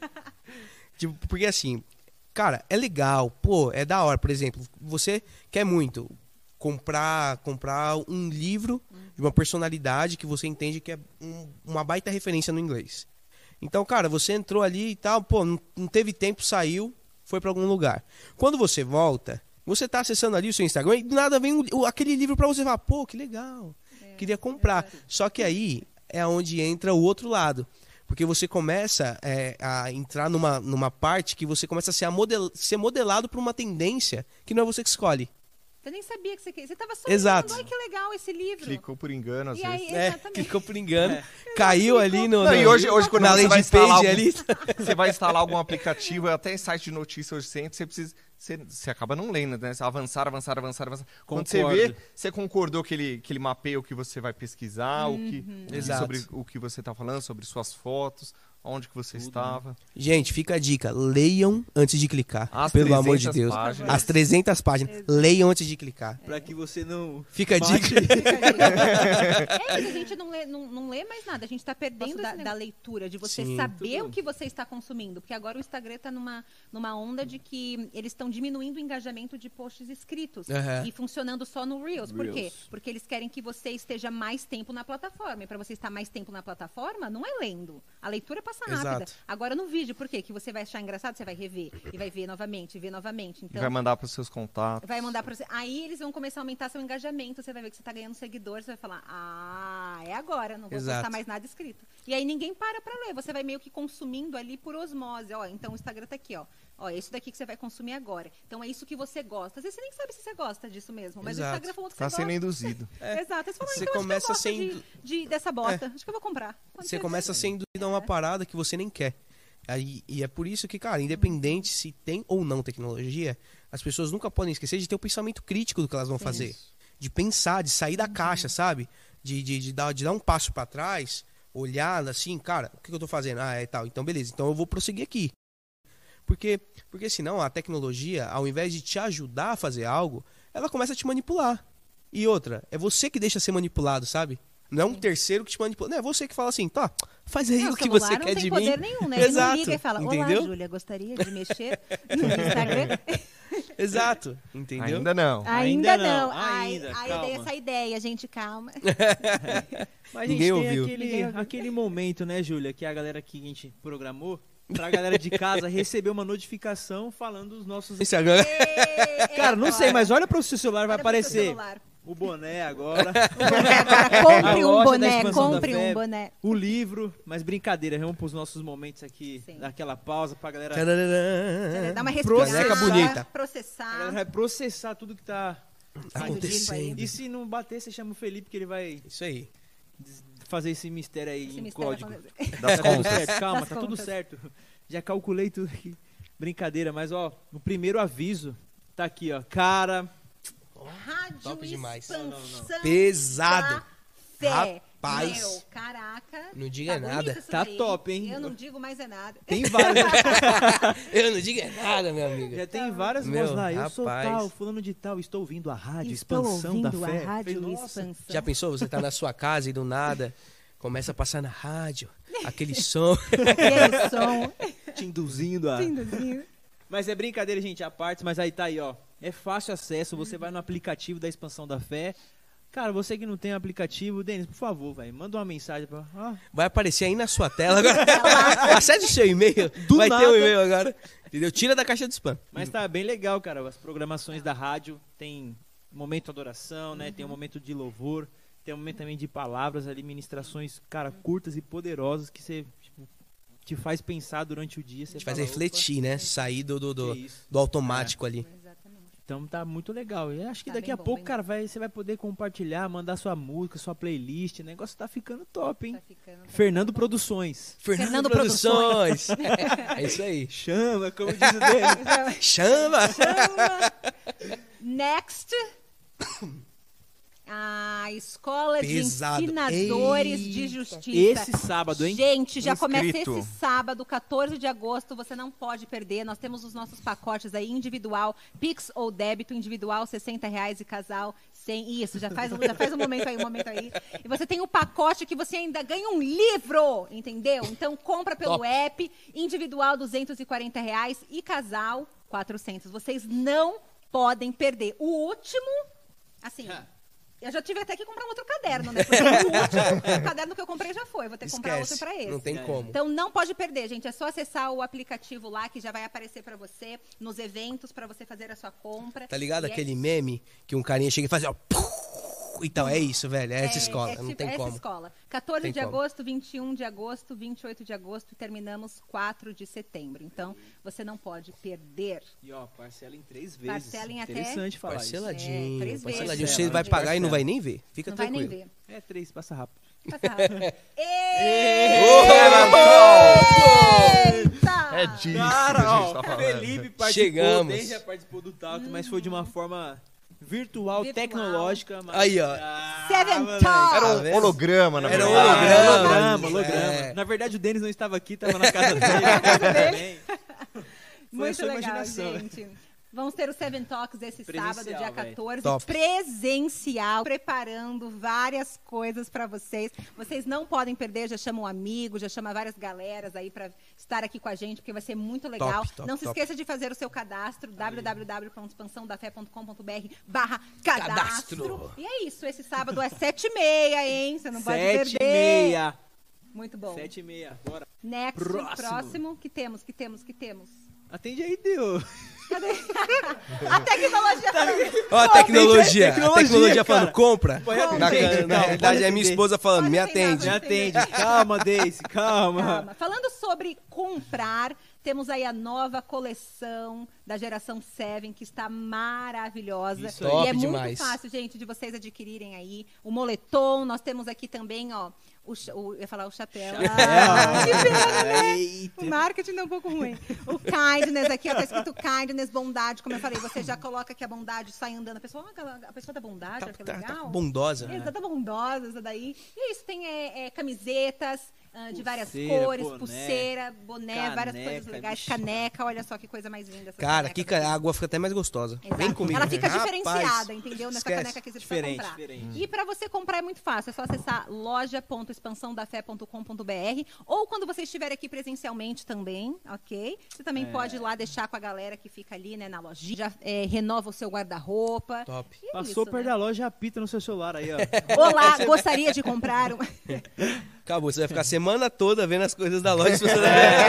Tipo, porque assim, cara, é legal, pô, é da hora. Por exemplo, você quer muito comprar, comprar um livro de uma personalidade que você entende que é um- uma baita referência no inglês. Então, cara, você entrou ali e tal, pô, não, não teve tempo, saiu, foi pra algum lugar. Quando você volta, você tá acessando ali o seu Instagram e do nada vem um- o- aquele livro pra você falar, pô, que legal, queria comprar. Só que aí é onde entra o outro lado. Porque você começa é, a entrar numa, numa parte que você começa a ser, a model, ser modelado por uma tendência que não é você que escolhe. Você nem sabia que você queria. Você tava só Exato. olhando, olha que legal esse livro. Clicou por engano, às E vezes. aí, É, exatamente. clicou por engano, caiu ali no, Não, no- e hoje- hoje quando na você vai landing instalar page algum- ali. Você vai instalar algum aplicativo, até em site de notícia hoje você entra, você precisa. Você, você acaba não lendo, né? Você avançar, avançar, avançar, avançar. Quando você Concordo. vê, você concordou que ele, que ele mapeia o que você vai pesquisar, o que, Exato. sobre o que você tá falando, sobre suas fotos, onde que você Tudo, estava. Gente, fica a dica, leiam antes de clicar, As pelo amor de trezentas Deus. páginas. As trezentas páginas, leiam antes de clicar. Pra que você não... Fica a Bate. dica. É isso, a gente não lê, não, não lê mais nada. A gente está perdendo da, da leitura, de você Sim. saber Tudo. o que você está consumindo. Porque agora o Instagram está numa, numa onda de que eles estão diminuindo o engajamento de posts escritos Aham. e funcionando só no Reels. Por quê? Reels. Porque eles querem que você esteja mais tempo na plataforma. E para você estar mais tempo na plataforma, não é lendo. A leitura passa rápida. Exato. Agora no vídeo, por quê? Que você vai achar engraçado, você vai rever. E vai ver novamente, ver novamente. E Então, vai mandar para os seus contatos. vai mandar pra você. Aí eles vão começar a aumentar seu engajamento. Você vai ver que você tá ganhando seguidores. Você vai falar, ah, é agora. Não vou Exato. postar mais nada escrito. E aí ninguém para pra ler. Você vai meio que consumindo ali por osmose. Ó, então o Instagram tá aqui, ó. Ó, é isso daqui que você vai consumir agora. Então é isso que você gosta. Às vezes você nem sabe se você gosta disso mesmo. Mas Exato. o Instagram falou que Tá você sendo gosta. induzido. Exato. Aí você falou, Você então começa acho que eu gosto sendo- de, de- dessa bota. Acho que eu vou comprar. Quando Você você- começa a ser induzido a uma parada que você nem quer. Aí, e é por isso que, cara, independente se tem ou não tecnologia, as pessoas nunca podem esquecer de ter o pensamento crítico do que elas vão fazer. De pensar, de sair da caixa, sabe? De, de, de, dar, de dar um passo pra trás, olhar assim, cara, o que eu tô fazendo? Ah, é tal. Então, beleza. Então eu vou prosseguir aqui. Porque, porque senão a tecnologia, ao invés de te ajudar a fazer algo, ela começa a te manipular. E outra, é você que deixa ser manipulado, sabe? Não é um terceiro que te manipula. Não, é você que fala assim, tá, faz aí Não, o que celular você não quer tem de poder mim. nenhum, né? Ele não Exato, liga e fala, olá, entendeu? Júlia, gostaria de mexer no Instagram? Exato, entendeu? Ainda não. Ainda, Ainda não. não, Ai, ainda, ai, calma. eu dei essa ideia, gente, calma. Mas Ninguém a gente ouviu. tem aquele, Ninguém ouviu. aquele momento, né, Júlia, que a galera que a gente programou, pra galera de casa receber uma notificação falando dos nossos... Instagram. Cara, não sei, mas olha pro seu celular, vai Olha pro seu aparecer celular. o boné agora, Agora, compre A um loja da boné, expansão da compre um febre. boné. o livro, mas brincadeira, vamos pros nossos momentos aqui, Sim. daquela pausa pra galera... Tararã. Dá uma Processar. respirada, Caneca bonita. A galera processar. vai processar tudo que tá... Acontecendo. E se não bater, você chama o Felipe que ele vai Isso aí. fazer esse mistério aí Esse em mistério código. acontece. Das Tá tudo contas. certo, calma, Das tá tudo contas. certo. Já calculei tudo aqui. Brincadeira, mas ó, no primeiro aviso, tá aqui, ó. Cara, Rádio Top demais. Expansão Pesado. Café. Rapaz. Meu, caraca. Não diga Tá bonito nada. isso Tá daí, top, hein? Eu não digo mais é nada. tem vários. Eu não digo nada, meu amigo. Já tem várias Meu, vozes lá. Eu sou rapaz. tal, fulano de tal, estou ouvindo a rádio Estou Expansão da ouvindo Fé. a Rádio Falei, nossa, Expansão. Já pensou? Você tá na sua casa e do nada começa a passar na rádio, aquele som. Aquele som. te induzindo a... Lindozinho. Mas é brincadeira, gente, à parte, mas aí tá aí, ó. É fácil acesso, você vai no aplicativo da Expansão da Fé. Cara, você que não tem aplicativo, Denis, por favor, velho, manda uma mensagem pra... Ah, Vai aparecer aí na sua tela agora. Acesse o seu e-mail. Do vai ter nada. um e-mail agora. Entendeu? Tira da caixa de spam. mas tá bem legal, cara. As programações da rádio tem momento de adoração, né? Tem um momento de louvor, tem um momento também de palavras ali, ministrações, cara, curtas e poderosas que você tipo, te faz pensar durante o dia. Você Te faz fala, refletir, né? Sair do, do, opa, do, que isso. do automático ali. Exatamente. Então tá muito legal. E acho que Tá daqui bem a bom, pouco, bem cara, vai, você vai poder compartilhar, mandar sua música, sua playlist. O negócio tá ficando top, hein? Tá ficando... Fernando Produções. Fernando, Fernando Produções. é isso aí. Chama, como diz o dele. Chama! Next. A Escola Pesado. de Ensinadores Eita. de Justiça. Esse sábado, hein? Gente, já começa Inscrito. esse sábado, quatorze de agosto, você não pode perder. Nós temos os nossos pacotes aí, individual, Pix ou débito, individual, sessenta reais e casal, cem. Isso, já faz, um- já faz um momento aí, um momento aí. E você tem o pacote que você ainda ganha um livro, entendeu? Então compra pelo Top. app, individual, duzentos e quarenta reais e casal, quatrocentos. Vocês não podem perder. O último, assim... Eu já tive até que comprar um outro caderno, né? Porque o último o caderno que eu comprei já foi. Vou ter que comprar outro Esquece. pra esse. Não tem É. como. Então não pode perder, gente. É só acessar o aplicativo lá que já vai aparecer pra você nos eventos pra você fazer a sua compra. Tá ligado? E é Aquele isso. meme que um carinha chega e faz, ó. Então, é isso, velho. É essa É, escola. é não tipo tem essa como. escola. quatorze Tem de como. agosto, vinte e um de agosto, vinte e oito de agosto e terminamos quatro de setembro. Então você não pode perder. E ó, parcela em três vezes. Parcela em até- Interessante falar isso. Parceladinho. É, três parceladinho. vezes. Você vai Parcela, pagar e não parcela. vai nem ver. Fica Não vai tranquilo. nem ver. É três, passa rápido. Passa rápido. Eita! É disso que Cara, a gente ó, tá falando. Felipe participou, Chegamos. desde já participou do Talk, mas foi de uma forma virtual, Virtual. tecnológica. Mas... Aí, ó. Ah, Seven moleque. Talk. Era Tá um vendo? holograma, na Era um verdade. holograma. holograma, holograma. É. Na verdade, o Denis não estava aqui, estava na casa dele. também. Foi a Muito sua legal, imaginação. gente. Vamos ter o Seven Talks esse Presencial, sábado, dia véi. quatorze, Top. presencial, preparando várias coisas pra vocês. Vocês não podem perder, já chama um amigo, já chama várias galeras aí pra estar aqui com a gente, porque vai ser muito legal. Top, top, não se top. esqueça de fazer o seu cadastro, w w w ponto expansão da fé ponto com ponto b r barra cadastro. Cadastro. E é isso, esse sábado é sete e meia, hein? Você não pode Sete e perder. meia. Muito bom. Sete e meia, bora. Next, Próximo. próximo, que temos, que temos, que temos. Atende aí, deu. Cadê? A tecnologia. Ó, a tecnologia. Tecnologia, a tecnologia cara. falando, compra. Pode Na, atender, na calma, realidade, pode é minha atender. esposa falando, Pode me atender, atende. Me atende. Calma, Daisy, calma. Calma. Falando sobre comprar, temos aí a nova coleção da geração Seven, que está maravilhosa. Isso e aí. é Top muito demais. fácil, gente, de vocês adquirirem aí o moletom. Nós temos aqui também, ó, o, cha- o- eu ia falar o chapéu. Ah, que pena, né? Eita. O marketing é um pouco ruim. O kindness aqui, ó, tá escrito kindness, bondade. Como eu falei, você já coloca que a bondade sai andando. A pessoa, ah, a pessoa da bondade, Tá, olha que tá, legal. tá bondosa. né? Exato, bondosa essa daí. E é isso, tem é, é, camisetas ah, de várias Pulseira, cores, boné, pulseira, boné, várias caneca, coisas legais, vixe. caneca, olha só que coisa mais linda. essas Cara, canecas aqui cara, aqui. a água fica até mais gostosa. Exato. Vem comigo. Ela fica Rapaz, diferenciada, entendeu? Nessa esquece. caneca que você precisa Diferente, comprar. diferente. E para você comprar é muito fácil, é só acessar loja ponto expansão da fé ponto com ponto b r ou quando você estiver aqui presencialmente também, ok? Você também É. pode ir lá deixar com a galera que fica ali, né, na lojinha, já é, renova o seu guarda-roupa. Top. E é Passou isso, perto né? da loja, apita no seu celular aí, ó. Olá, gostaria de comprar um... Acabou, você vai ficar a semana toda vendo as coisas da loja. se você-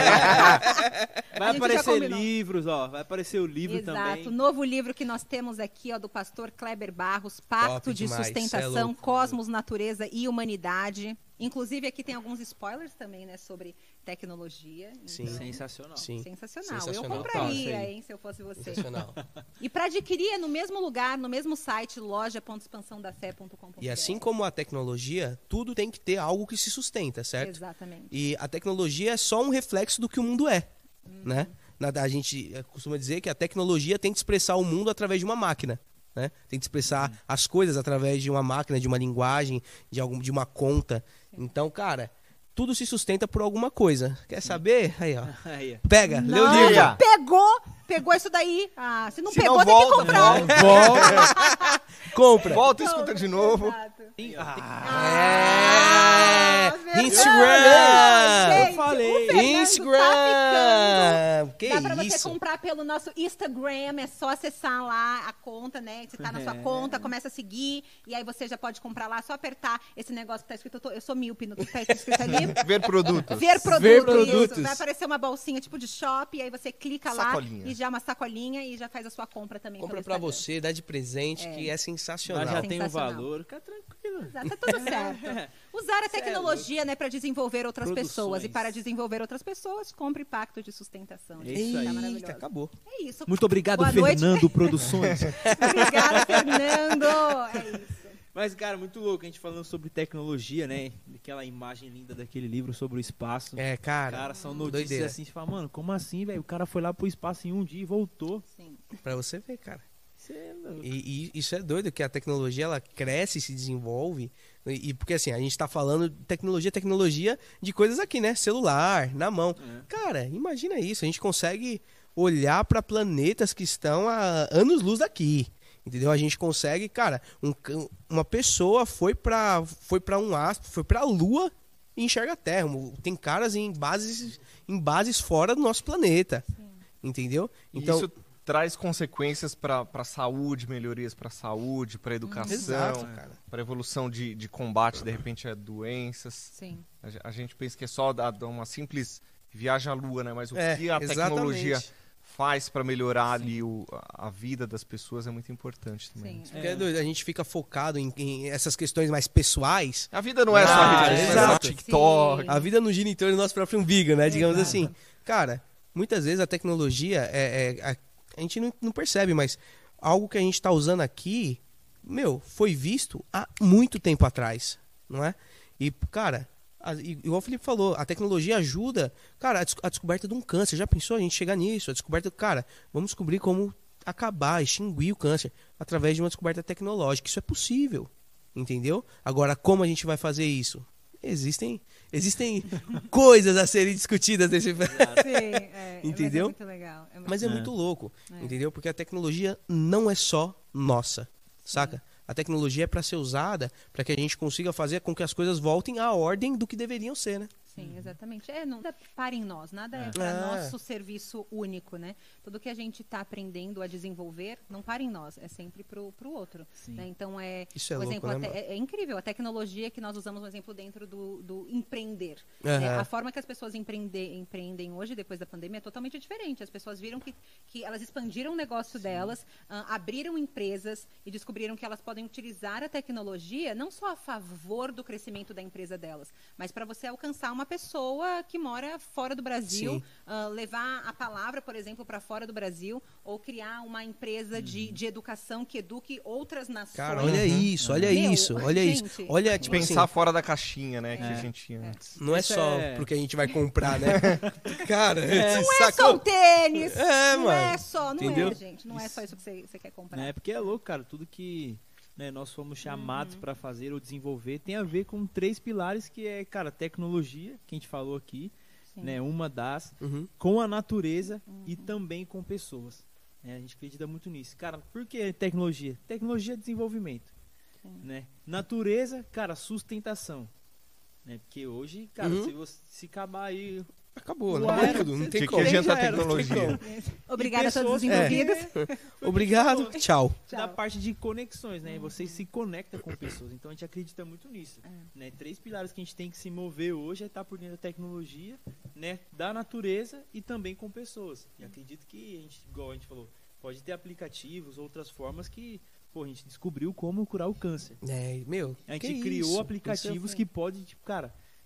Vai A gente já aparecer combinou. livros, ó. Vai aparecer o livro Exato. também. Novo livro que nós temos aqui, ó, do pastor Kleber Barros, Pacto Top de demais, cê é Sustentação, louco. Cosmos, Natureza e Humanidade. Inclusive, aqui tem alguns spoilers também, né, sobre tecnologia. Sim. Então, Sensacional. Sim. sensacional. Sensacional. Eu compraria, Total, hein, se eu fosse você. Sensacional. E para adquirir é no mesmo lugar, no mesmo site, loja ponto expansão da fé ponto com ponto br. E assim como a tecnologia, tudo tem que ter algo que se sustenta, certo? Exatamente. E a tecnologia é só um reflexo do que o mundo é, né? Na- A gente costuma dizer que a tecnologia tem que expressar o mundo através de uma máquina, né? Tem que expressar as coisas através de uma máquina, de uma linguagem, de, algum, de uma conta. Então, cara, tudo se sustenta por alguma coisa. Quer saber? Aí, ó. Aí, Pega, lê o Nossa, livro. Liga. pegou, pegou isso daí. Ah, se não Se pegou, não tem que volta, comprar. Volta, compra. Volta e escuta de novo. Exato. É, verdade. Instagram. Gente, Eu falei. o Fernando Instagram. Tá Que Dá pra você isso? comprar pelo nosso Instagram, é só acessar lá a conta, né? Você tá na sua É. conta, começa a seguir, e aí você já pode comprar lá, só apertar esse negócio que tá escrito, eu, tô- eu sou míope, no que tá escrito ali. Ver produtos. Ver produto, Ver produtos. isso. Vai aparecer uma bolsinha tipo de shop, e aí você clica Sacolinha. lá e já uma sacolinha e já faz a sua compra também. Compra pelo pra Instagram. você, dá de presente, que é Mas sensacional. já tem o Sensacional. valor, fica tranquilo. Exato, tá tudo certo. Usar a tecnologia, né, para desenvolver outras Produções. pessoas. E para desenvolver outras pessoas, compre pacto de sustentação. É isso aí. Tá Eita, maravilhoso. acabou. É isso. Muito obrigado, Boa noite. Fernando Produções. Obrigada, Fernando. É isso. Mas, cara, muito louco a gente falando sobre tecnologia, né? Aquela imagem linda daquele livro sobre o espaço. É, cara, Cara, são notícias doideira. assim, você fala, mano, como assim, velho? O cara foi lá pro espaço em um dia e voltou. Sim. pra você ver, cara. Isso é louco. E, e isso é doido, que a tecnologia ela cresce, se desenvolve. E, e porque assim, a gente tá falando de tecnologia, tecnologia de coisas aqui, né? Celular, na mão. É. Cara, imagina isso. A gente consegue olhar para planetas que estão a anos-luz daqui. Entendeu? A gente consegue, cara, um ca- uma pessoa foi para foi para um astro, foi para a Lua e enxerga a Terra. Tem caras em bases em bases fora do nosso planeta. Entendeu? Então, isso traz consequências para a saúde, melhorias para a saúde, para a educação, Exato, cara. para a evolução de, de combate, de repente, a doenças. Sim. A, ge- a gente pensa que é só dar dar uma simples viagem à Lua, né? Mas o É, que a exatamente. tecnologia faz para melhorar ali o, a a vida das pessoas é muito importante também. Sim. Porque é doido, a gente fica focado em, em essas questões mais pessoais. A vida não é só Ah, rede social, é exato. só TikTok. Sim. A vida não gira em torno do nosso próprio umbigo, né? Digamos Exato. assim. Cara, muitas vezes a tecnologia é, é- a, a gente não, não percebe, mas algo que a gente está usando aqui, meu, foi visto há muito tempo atrás, não é? E, cara, a, i- igual o Felipe falou, a tecnologia ajuda, cara, a, des- a descoberta de um câncer. Já pensou a gente chegar nisso? A descoberta, cara, vamos descobrir como acabar, extinguir o câncer através de uma descoberta tecnológica. Isso é possível, entendeu? Agora, como a gente vai fazer isso? Existem, existem coisas a serem discutidas nesse... Sim, é, Entendeu? Mas é muito legal. É muito Mas é, É. muito louco, É. entendeu? Porque a tecnologia não é só nossa, saca? A tecnologia é para ser usada para que a gente consiga fazer com que as coisas voltem à ordem do que deveriam ser, né? Sim, exatamente. É, não nada para em nós, nada é, É. para É. nosso serviço único, né? Tudo que a gente está aprendendo a desenvolver não para em nós, é sempre pro, pro outro. Sim. Né? Então é, Isso é por louco, exemplo, né, a te- mano? é, é incrível a tecnologia que nós usamos, por exemplo, dentro do, do empreender. Aham. né? A forma que as pessoas empreender, empreendem hoje, depois da pandemia, é totalmente diferente. As pessoas viram que, que elas expandiram o negócio delas, ah, abriram empresas e descobriram que elas podem utilizar a tecnologia não só a favor do crescimento da empresa delas, mas para você alcançar uma pessoa que mora fora do Brasil, Sim. ah, levar a palavra, por exemplo, para fora do Brasil, ou criar uma empresa de, de educação que eduque outras nações. Cara, olha isso, olha Meu, isso, olha gente, isso. Olha, tipo assim, Pensar fora da caixinha, né? Que É. a gente tinha antes. não é Isso só é- porque a gente vai comprar, né? Cara, Não é sacou? só o tênis, É, não mano. é só, não Entendeu? é, gente, não é só isso que você, você quer comprar. É porque é louco, cara. Tudo que né, nós fomos Uhum. chamados pra fazer ou desenvolver tem a ver com três pilares que é, cara, tecnologia, que a gente falou aqui, Sim. né? Uma das, Uhum. com a natureza Uhum. e também com pessoas. né, a gente acredita muito nisso. Cara, por que tecnologia? Tecnologia é desenvolvimento. Sim. Né? Natureza, cara, sustentação. Né? Porque hoje, cara, Uhum. se você se acabar aí. Acabou, né? Ué, Tudo, não você- tem que que como. adianta a Já era, não tem tecnologia? como. Obrigada a todos os pessoas- envolvidos. Obrigado, tchau. Da Tchau. parte de conexões, né? E você se conecta com pessoas. Então a gente acredita muito nisso. É. Né? Três pilares que a gente tem que se mover hoje é estar por dentro da tecnologia, né? Da natureza e também com pessoas. E acredito que a gente, igual a gente falou, pode ter aplicativos, outras formas que, pô, a gente descobriu como curar o câncer. É, meu, A gente que criou isso? aplicativos Isso é- que pode, tipo, cara,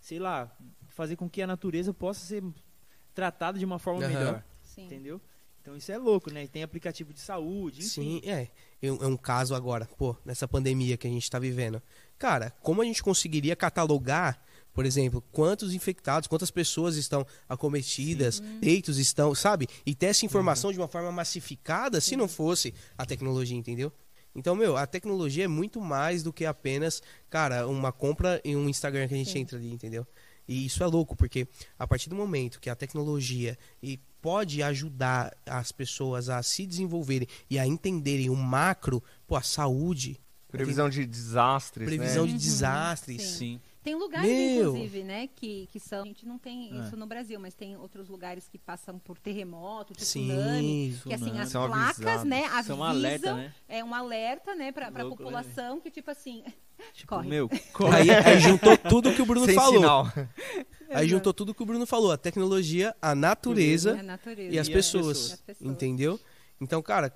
sei lá, fazer com que a natureza possa ser tratada de uma forma Aham. melhor, Sim. entendeu? Então isso é louco, né? Tem aplicativo de saúde, Sim, enfim. é. É um é um caso agora, pô, nessa pandemia que a gente tá vivendo. Cara, como a gente conseguiria catalogar, por exemplo, quantos infectados, quantas pessoas estão acometidas, leitos estão, sabe? E ter essa informação de uma forma massificada se não fosse a tecnologia, entendeu? Então, meu, a tecnologia é muito mais do que apenas, cara, uma compra em um Instagram que a gente Sim. entra ali, entendeu? E isso é louco, porque a partir do momento que a tecnologia e pode ajudar as pessoas a se desenvolverem e a entenderem o macro, pô, a saúde, Previsão de desastres, previsão né? de Uhum, desastres. sim. Sim. Tem lugares, Meu! inclusive, né, que, que são... A gente não tem É. isso no Brasil, mas tem outros lugares que passam por terremoto, de Sim. tsunami. Que assim, Tsunami. as São placas, avisados. né, avisam... São um alerta, né? É um alerta, né, pra, pra Louco, né, população que, tipo assim... Tipo, Corre. meu, Aí, corre. aí juntou tudo que o Bruno Sem falou. sinal. Aí juntou tudo que o Bruno falou. A tecnologia, a natureza É a natureza. e as E as pessoas, pessoas. As pessoas. entendeu? Então, cara,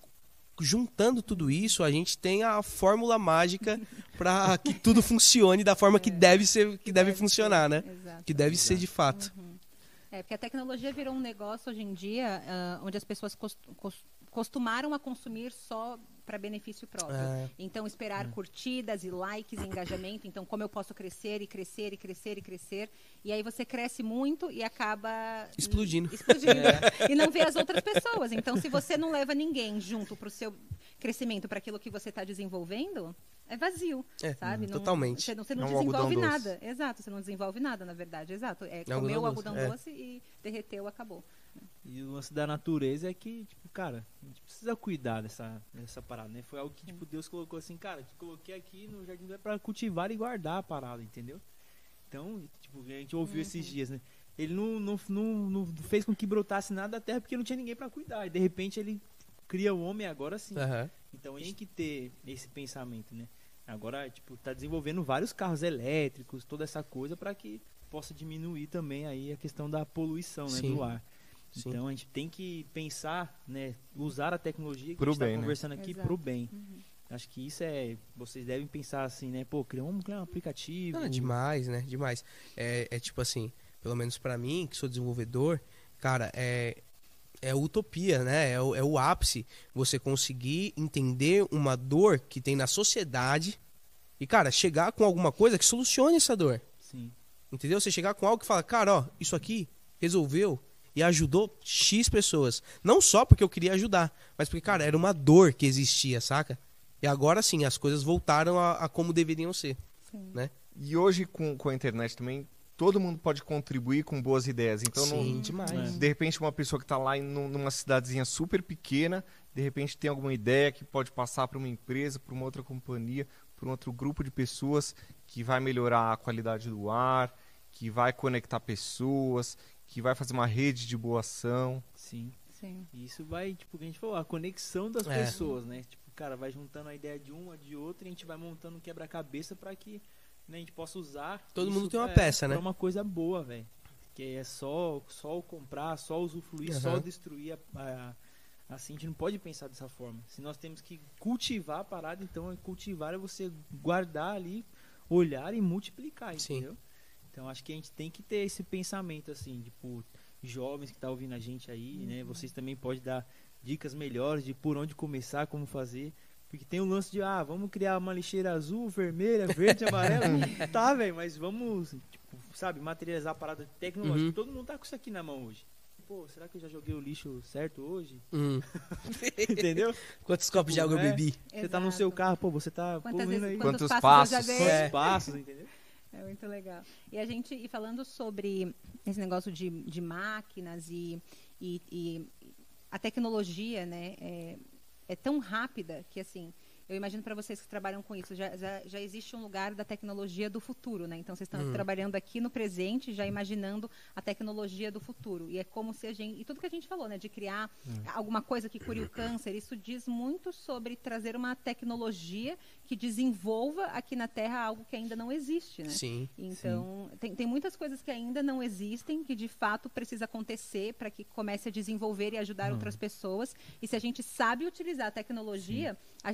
juntando tudo isso, a gente tem a fórmula mágica para que tudo funcione da forma que deve ser, que deve funcionar, né? Exato. Que deve ser de fato. É, porque a tecnologia virou um negócio hoje em dia ah, onde as pessoas cos- cos- costumaram a consumir só para benefício próprio. É. Então, esperar curtidas e likes, engajamento. Então, como eu posso crescer e crescer e crescer e crescer. E aí você cresce muito e acaba... Explodindo. Explodindo. E não vê as outras pessoas. Então, se você não leva ninguém junto para o seu crescimento, para aquilo que você está desenvolvendo, é vazio, É, sabe? Não- totalmente. Você não, você não É um algodão desenvolve doce. nada. Exato, você não desenvolve nada, na verdade. Exato. É, algodão comeu o doce, algodão é. doce e derreteu, acabou. E o lance da natureza é que, tipo, cara, a gente precisa cuidar dessa, dessa parada, né? Foi algo que, tipo, Deus colocou assim, cara, te coloquei aqui no Jardim é pra cultivar e guardar a parada, entendeu? Então, tipo, a gente ouviu esses dias, né? Ele não, não, não, não fez com que brotasse nada da terra porque não tinha ninguém pra cuidar. E de repente ele cria o homem agora sim. Aham. Então a gente tem que ter esse pensamento, né? Agora, tipo, tá desenvolvendo vários carros elétricos, toda essa coisa para que possa diminuir também aí a questão da poluição, né, Sim. do ar. Sim. Então a gente tem que pensar, né, usar a tecnologia que Pro a gente bem, está né? conversando aqui Exato. pro bem. Acho que isso é, vocês devem pensar assim, né? Pô, criar um, criar um aplicativo. Ah, demais, né? Demais. É, é tipo assim, pelo menos pra mim, que sou desenvolvedor, cara, é, é utopia, né? É o, é o ápice você conseguir entender uma dor que tem na sociedade e, cara, chegar com alguma coisa que solucione essa dor. Sim. Entendeu? Você chegar com algo que fala, cara, ó, isso aqui resolveu e ajudou X pessoas. Não só porque eu queria ajudar, mas porque, cara, era uma dor que existia, saca? E agora sim, as coisas voltaram a, a como deveriam ser, Sim. né? E hoje, com, com a internet também, todo mundo pode contribuir com boas ideias. Então, sim, não, demais. É. de repente, uma pessoa que está lá em, num- numa cidadezinha super pequena, de repente tem alguma ideia que pode passar para uma empresa, para uma outra companhia, para um outro grupo de pessoas que vai melhorar a qualidade do ar, que vai conectar pessoas, que vai fazer uma rede de boa ação. Sim. Sim. E isso vai, tipo, o que a gente falou, a conexão das É. pessoas, né? Tipo, cara, vai juntando a ideia de uma, de outra, e a gente vai montando um quebra-cabeça pra que, né, a gente possa usar. Todo isso, mundo tem uma é, peça, pra né? uma coisa boa, velho. Que é só, só o comprar, só usufruir, só Aham. destruir. A, a- assim, a gente não pode pensar dessa forma. Se nós temos que cultivar a parada, então é cultivar é você guardar ali, olhar e multiplicar, Sim. entendeu? Então acho que a gente tem que ter esse pensamento assim, tipo, jovens que tá ouvindo a gente aí, né? Vocês também podem dar dicas melhores de por onde começar, como fazer. Porque tem o lance de, ah, vamos criar uma lixeira azul, vermelha, verde, amarela. Tá, velho, mas vamos, tipo, sabe, materializar a parada tecnológica. Uhum. Todo mundo tá com isso aqui na mão hoje. Pô, será que eu já joguei o lixo certo hoje? Hum. Entendeu? Quantos copos de água eu É. bebi? Você tá no Exato. seu carro, pô, você tá Quantas poluindo vezes, aí. quantos, Quantos passos, eu passos? já dei? Quantos passos, entendeu? É muito legal. E a gente, e falando sobre esse negócio de, de máquinas e, e, e a tecnologia, né, é, é tão rápida que, assim, eu imagino para vocês que trabalham com isso, já, já, já existe um lugar da tecnologia do futuro, né? Então, vocês estão Hum. trabalhando aqui no presente, já imaginando a tecnologia do futuro. E é como se a gente... E tudo que a gente falou, né? De criar alguma coisa que cure o câncer, isso diz muito sobre trazer uma tecnologia que desenvolva aqui na Terra algo que ainda não existe, né? Sim. Então, tem, tem muitas coisas que ainda não existem, que de fato precisa acontecer para que comece a desenvolver e ajudar outras pessoas. E se a gente sabe utilizar a tecnologia, a gente começa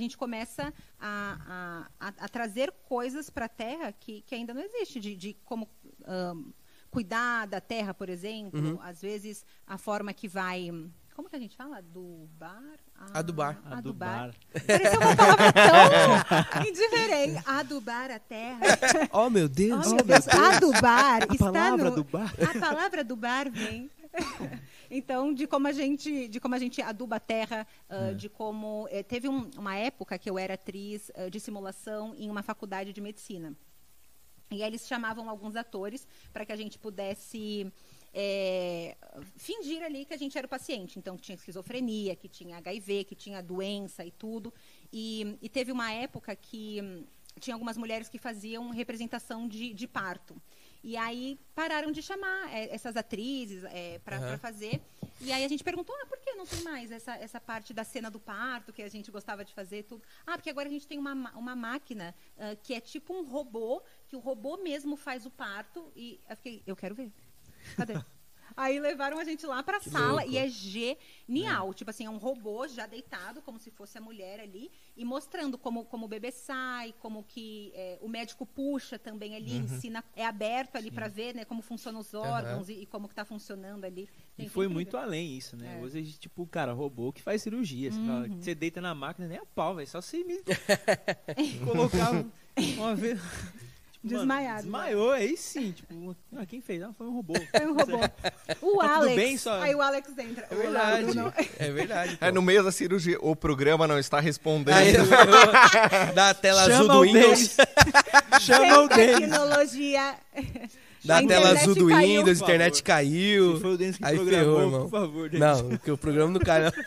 começa a, a, a, a trazer coisas para a terra que, que ainda não existe, de, de como um, cuidar da terra, por exemplo. Uhum. Às vezes, a forma que vai... Como que a gente fala? Adubar? Ah, Adubar. Adubar. Pareceu uma palavra tão indiferente. Adubar a terra. Oh, meu Deus. Oh, meu Deus. Adubar A está palavra no... adubar. A palavra adubar vem... Então, de como a gente, de como a gente aduba a terra, uh, É. de como... eh, teve um- uma época que eu era atriz uh, de simulação em uma faculdade de medicina. E aí eles chamavam alguns atores para que a gente pudesse é, fingir ali que a gente era o paciente. Então, que tinha esquizofrenia, que tinha H I V, que tinha doença e tudo. E, e teve uma época que hum, tinha algumas mulheres que faziam representação de, de parto. E aí pararam de chamar é, essas atrizes é, para Aham. fazer. E aí a gente perguntou, ah, por que não tem mais essa, essa parte da cena do parto que a gente gostava de fazer tudo? Ah, porque agora a gente tem uma, ma- uma máquina ah, que é tipo um robô, que o robô mesmo faz o parto. E eu fiquei, eu quero ver. Cadê? Aí levaram a gente lá pra sala louco. e é genial. Tipo assim, é um robô já deitado, como se fosse a mulher ali, e mostrando como, como o bebê sai, como que é, o médico puxa também ali, Uhum. ensina, é aberto ali pra ver, né, como funcionam os órgãos e, e como que tá funcionando ali. E Gente, foi incrível. muito além isso, né? É. Hoje, a gente, tipo, cara, robô que faz cirurgia. Você, fala, Uhum. você deita na máquina, nem a pau, velho. Só se me colocar um- uma vez... Tipo, mano, Desmaiado, desmaiou, aí sim. Tipo, ah, quem fez? Ah, foi um robô. Foi um robô. O Tá tudo Alex. bem, só- Aí o Alex entra. É Olá, verdade. Bruno. É verdade. pô. É, no meio da cirurgia, o programa não está respondendo. Aí, dá a tela azul Chama do o Windows. Chama o Sem Denis. tecnologia. Dá a A tela internet azul do caiu. Windows, a Por internet favor. caiu. Se foi o Denis que Aí programou, ferrou, irmão. por favor, Denis. Não, porque o programa não cai, não.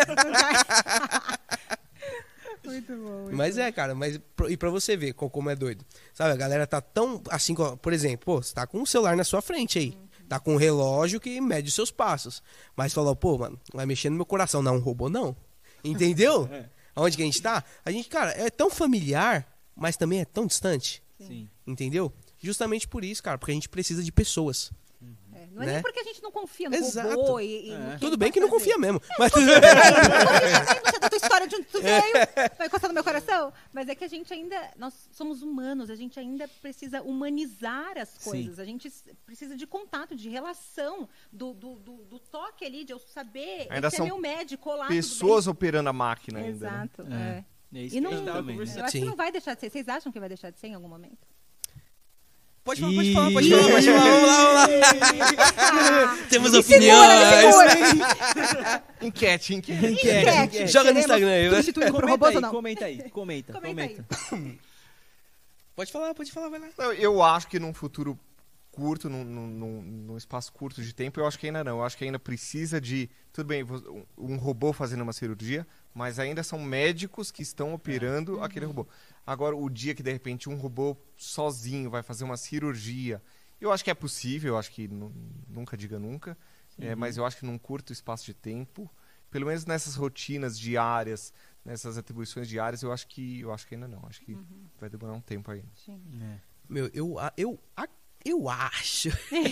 Muito bom. muito Mas bom. é, cara, mas pro- e pra você ver co- como é doido. Sabe, a galera tá tão assim, co- por exemplo, pô, você tá com um celular na sua frente aí. Tá com um relógio que mede os seus passos. Mas falou, pô, mano, vai mexer no meu coração. Não, um robô não. Entendeu? É. Aonde que a gente tá? A gente, cara, é tão familiar, mas também é tão distante. Sim. Entendeu? Justamente por isso, cara, porque a gente precisa de pessoas. É, não é né? nem porque a gente não confia no Exato. robô e, e É. no que Tudo ele bem vai que não fazer. confia mesmo. Mas Peraí, não confia também, você da tua história de onde tu veio, vai encostar no meu coração. Mas é que a gente ainda, nós somos humanos, a gente ainda precisa humanizar as coisas. A gente s- precisa de contato, de relação, do, do, do, do toque ali, de eu saber, Ainda esse são é meu médico, olá, Pessoas tudo operando a máquina bem? ainda. né? Exato, É. é. É isso E que não, a gente tava também. conversando. eu acho Sim. que não vai deixar de ser. Vocês acham que vai deixar de ser em algum momento? Pode falar, pode Ih. falar, pode falar, pode falar. Vamos lá, vamos lá. Temos Me opiniões. segura, Enquete, enquete. Enquete, Enquete. Joga no Seremos Instagram aí, vai. substituídos por Comenta robôs aí, ou não? comenta aí, comenta, Comenta aí. comenta. Pode falar, pode falar, vai lá. Não, eu acho que num futuro curto, num, num- num- num espaço curto de tempo, eu acho que ainda não. Eu acho que ainda precisa de. Tudo bem, vo- um um robô fazendo uma cirurgia, mas ainda são médicos que estão operando aquele robô. Agora, o dia que de repente um robô sozinho vai fazer uma cirurgia, eu acho que é possível, eu acho que nu- nunca diga nunca, é, mas eu acho que num curto espaço de tempo, pelo menos nessas rotinas diárias, nessas atribuições diárias, eu acho que eu acho que ainda não. Acho que vai demorar um tempo ainda. Sim. É. Meu, eu, a- eu, a- eu acho.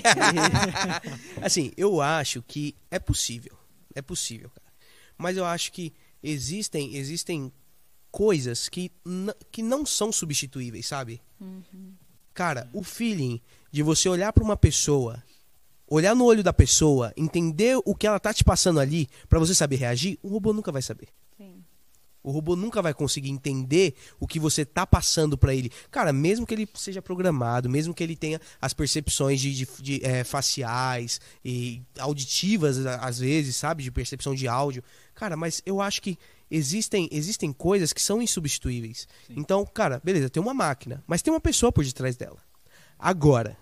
Assim, eu acho que é possível. É possível, cara. Mas eu acho que existem, existem coisas que, n- que não são substituíveis, sabe? Cara, o feeling de você olhar pra uma pessoa, olhar no olho da pessoa, entender o que ela tá te passando ali, pra você saber reagir, o robô nunca vai saber. Sim. O robô nunca vai conseguir entender o que você tá passando pra ele. Cara, mesmo que ele seja programado, mesmo que ele tenha as percepções de, de- de, eh, faciais e auditivas, a- às vezes, sabe? De percepção de áudio. Cara, mas eu acho que existem, existem coisas que são insubstituíveis. Sim. Então, cara, beleza, tem uma máquina, mas tem uma pessoa por detrás dela. Agora,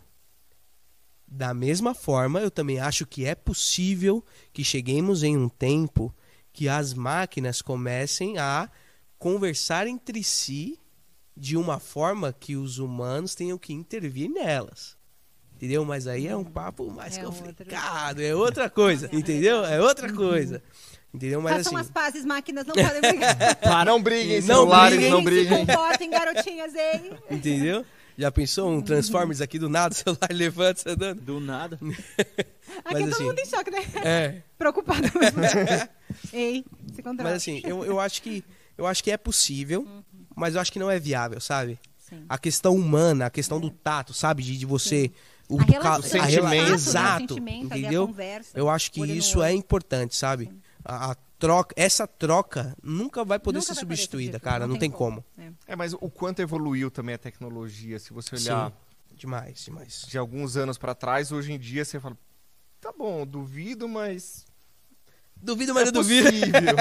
da mesma forma, eu também acho que é possível que cheguemos em um tempo que as máquinas comecem a conversar entre si de uma forma que os humanos tenham que intervir nelas. Entendeu? Mas aí é um papo mais É complicado, é outra coisa, entendeu? É outra coisa. Entendeu? Mas Façam assim, as pazes, máquinas não podem brigar. Não briguem, Não celulares, briguem. não Se briguem. comportem, garotinhas, hein? entendeu? Já pensou um Transformers aqui do nada, o celular levanta, você andando? Do nada. Aqui Mas todo assim- mundo em choque, né? É. Preocupado. Ei, se controla. Mas assim, eu, eu acho que eu acho que é possível, mas eu acho que não é viável, sabe? Sim. A questão humana, a questão do tato, sabe? De, de você... O, A do relação, ca- o a sentimento, rela- né? O Exato, sentimento, ali, a entendeu? conversa, Eu acho que olho no isso olho. é importante, sabe? A, a troca, essa troca nunca vai poder Nunca ser vai poder substituída, substituir, cara, não, tem como. É. É, mas o quanto evoluiu também a tecnologia, se você olhar Sim, demais, demais. de alguns anos pra trás, hoje em dia você fala, tá bom, duvido, mas Duvido, mas é não duvido. possível.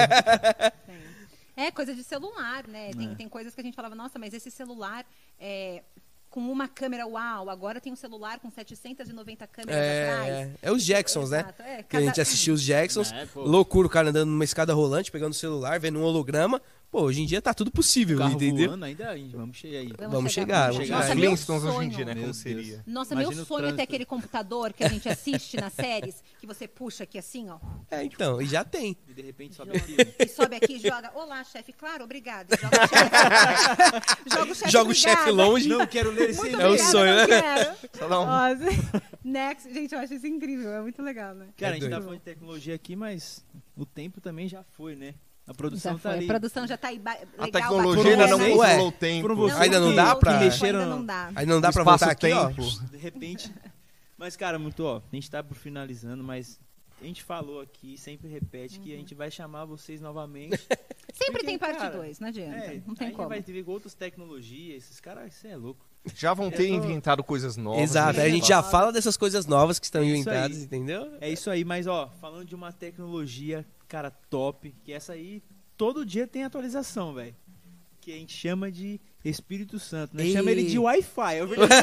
É coisa de celular, né? Tem, É. tem coisas que a gente falava, nossa, mas esse celular é, com uma câmera, uau, agora tem um celular com setecentas e noventa câmeras atrás. É, é os Jacksons, né? Exato, é, Que a gente cada- assistiu os Jacksons. É, pô. Loucura, o cara andando numa escada rolante, pegando o celular, vendo um holograma. Pô, hoje em dia tá tudo possível, Carro entendeu? voando ainda, ainda, vamos chegar aí. Vamos chegar, vamos chegar. Nossa, Os meu Flintstones hoje em sonho. dia, né? Meu Como Deus. seria? Nossa, Imagina meu o sonho é ter trânsito. aquele computador que a gente assiste nas séries, que você puxa aqui assim, ó, É, então, e já tem. E de repente sobe Joga. aqui. e sobe aqui e joga. Olá, chefe, claro, obrigado. Joga o chefe. Joga o chefe, Joga o chefe obrigada. longe. Não quero ler esse Muito É o obrigada, sonho, não né? quero. Só dá um... Nossa. Next. Gente, eu acho isso incrível. É muito legal, né? Cara, É a gente tá doido. falando de tecnologia aqui, mas o tempo também já foi, né? A produção Já tá foi. ali. A produção já tá aí ba- A legal, tecnologia ainda não bacana. Ué, controlou o tempo. foram vocês Ainda não dá que- pra- que mexeram- Ainda não dá. Aí não dá O pra voltar aqui, ó. espaço-tempo. De repente. Mas, cara, muito, ó, a gente tá por finalizando, mas a gente falou aqui, sempre repete que a gente vai chamar vocês novamente. Sempre Porque, tem parte cara, dois, não adianta. É, não tem a gente como. vai ter outras tecnologias, esses caras, isso é louco. Já vão ter Eu tô- inventado coisas novas. Exato, né? aí a gente já fala dessas coisas novas que estão É isso inventadas, aí. entendeu? É isso aí, mas ó, falando de uma tecnologia, cara, top, que essa aí todo dia tem atualização, velho. Que a gente chama de Espírito Santo, né? Ei. Chama ele de Wi-Fi, é verdade.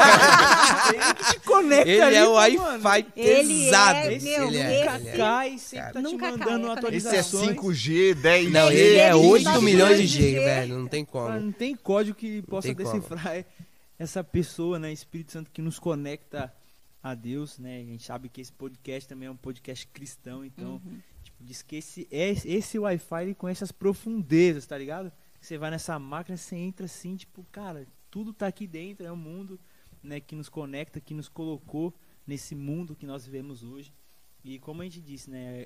Ele que te conecta Ele ali, é o mano. Wi-Fi Ele pesado. é, Esse meu, ele é, esse- ele é. Cai, sempre Cara. tá te Nunca mandando cai, a Esse é atualizações. cinco G, dez G. Não, ele é Ele oito nove milhões de milhões de G, G. velho, não tem Cara, como. não tem código que possa tem como. decifrar essa pessoa, né? Espírito Santo que nos conecta a Deus, né? A gente sabe que esse podcast também é um podcast cristão, então, Uhum. tipo, diz que esse, é- esse Wi-Fi ele conhece as profundezas, tá ligado? Você vai nessa máquina, você entra assim, tipo, cara, tudo tá aqui dentro, é um mundo, né, que nos conecta, que nos colocou nesse mundo que nós vivemos hoje. E como a gente disse, né,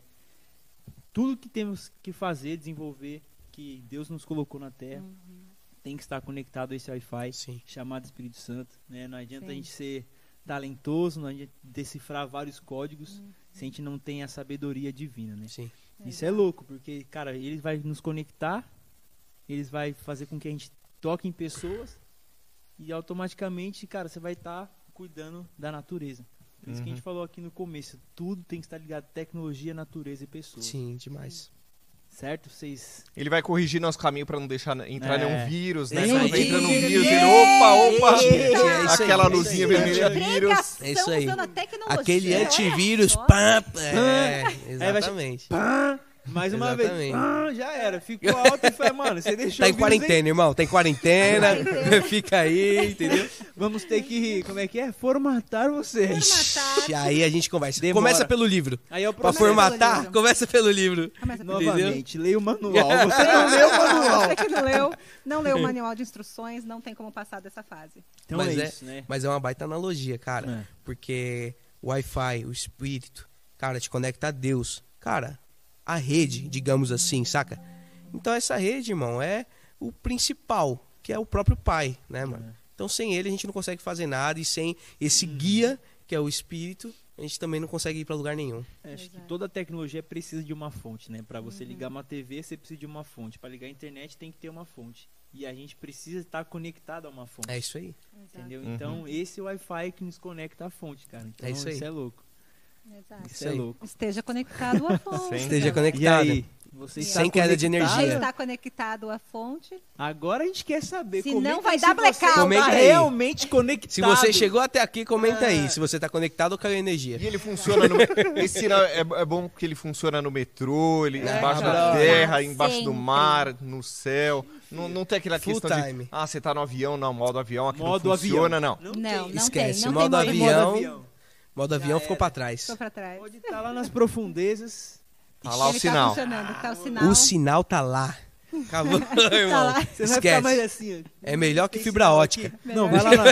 tudo que temos que fazer, desenvolver, que Deus nos colocou na Terra, Uhum. tem que estar conectado a esse Wi-Fi Sim. chamado Espírito Santo, né? Não adianta Sim. a gente ser talentoso, não adianta decifrar vários códigos Uhum. se a gente não tem a sabedoria divina, né? Sim. Isso é louco, porque, cara, ele vai nos conectar, eles vai fazer com que a gente toque em pessoas e automaticamente, cara, você vai estar cuidando da natureza. Por isso que a Uhum. gente falou aqui no começo, tudo tem que estar ligado, tecnologia, natureza e pessoas. Sim, demais. Certo? Vocês... Ele vai corrigir nosso caminho pra não deixar entrar É. nenhum vírus, né? Isso Quando aí. entra no Isso vírus, aí. ele, opa, opa! É isso aí, Aquela é isso luzinha aí. vermelha, vírus. Pregação É isso aí. usando a tecnologia. Aquele Olha antivírus, só. pá, é, Aí vai- exatamente. Pá! Mais uma Exatamente. vez, pá, já era. Ficou alto e foi, mano, você deixou Tá o em vírus quarentena, irmão, tá em quarentena, Quarentena. fica aí, entendeu? Vamos ter que, como é que é? Formatar você. Ixi, aí a gente conversa. Demora. Começa pelo livro. Aí é o Pra Começa pelo formatar, livro. começa pelo livro. Começa pelo- Novamente, leia o manual. Você não leu o manual. Você que não leu, não leu o manual de instruções, não tem como passar dessa fase. Então Mas é, é- isso, né? Mas é uma baita analogia, cara. É. Porque o Wi-Fi, o espírito, cara, te conecta a Deus. Cara, a rede, digamos assim, saca? Então essa rede, irmão, é o principal, que é o próprio Pai, né, mano? É. Então sem ele a gente não consegue fazer nada e sem esse guia, que é o espírito, a gente também não consegue ir pra lugar nenhum. É, acho que Exato. toda tecnologia precisa de uma fonte, né? Pra você ligar uma T V, você precisa de uma fonte. Pra ligar a internet, tem que ter uma fonte. E a gente precisa estar conectado a uma fonte. É isso aí. Entendeu? Uhum. Então, esse Wi-Fi que nos conecta à fonte, cara. Então, É isso aí. é louco. Exato. Isso, Isso é aí. louco. Esteja conectado à fonte. Sim. Esteja E conectado. aí? Você Sem está queda de conectado? energia. Está conectado à fonte. Agora a gente quer saber. Senão comenta vai aí dar se você blackout. Comenta tá aí. realmente conectado. Se você chegou até aqui, comenta Ah. aí. Se você tá conectado ou caiu energia. E ele funciona no... Esse sinal é, é bom porque ele funciona no metrô, ele, É, embaixo da brother. terra, embaixo do Sempre. mar, no céu. Não, não tem aquela Full questão time. de, ah, você tá no avião, não, modo avião, aqui Modo não funciona, avião. não. Não, Não, tem. não Esquece, tem. Não modo tem modo avião. avião. Modo avião Já ficou era. pra trás. Ficou pra trás. Pode estar lá nas profundezas. Tá lá o Ele sinal. tá funcionando. Tá o sinal. O sinal tá lá. Acabou, irmão. lá. Você vai ficar mais Esquece. assim. ó. É melhor que Tem fibra sinal ótica. aqui. Não, vai lá na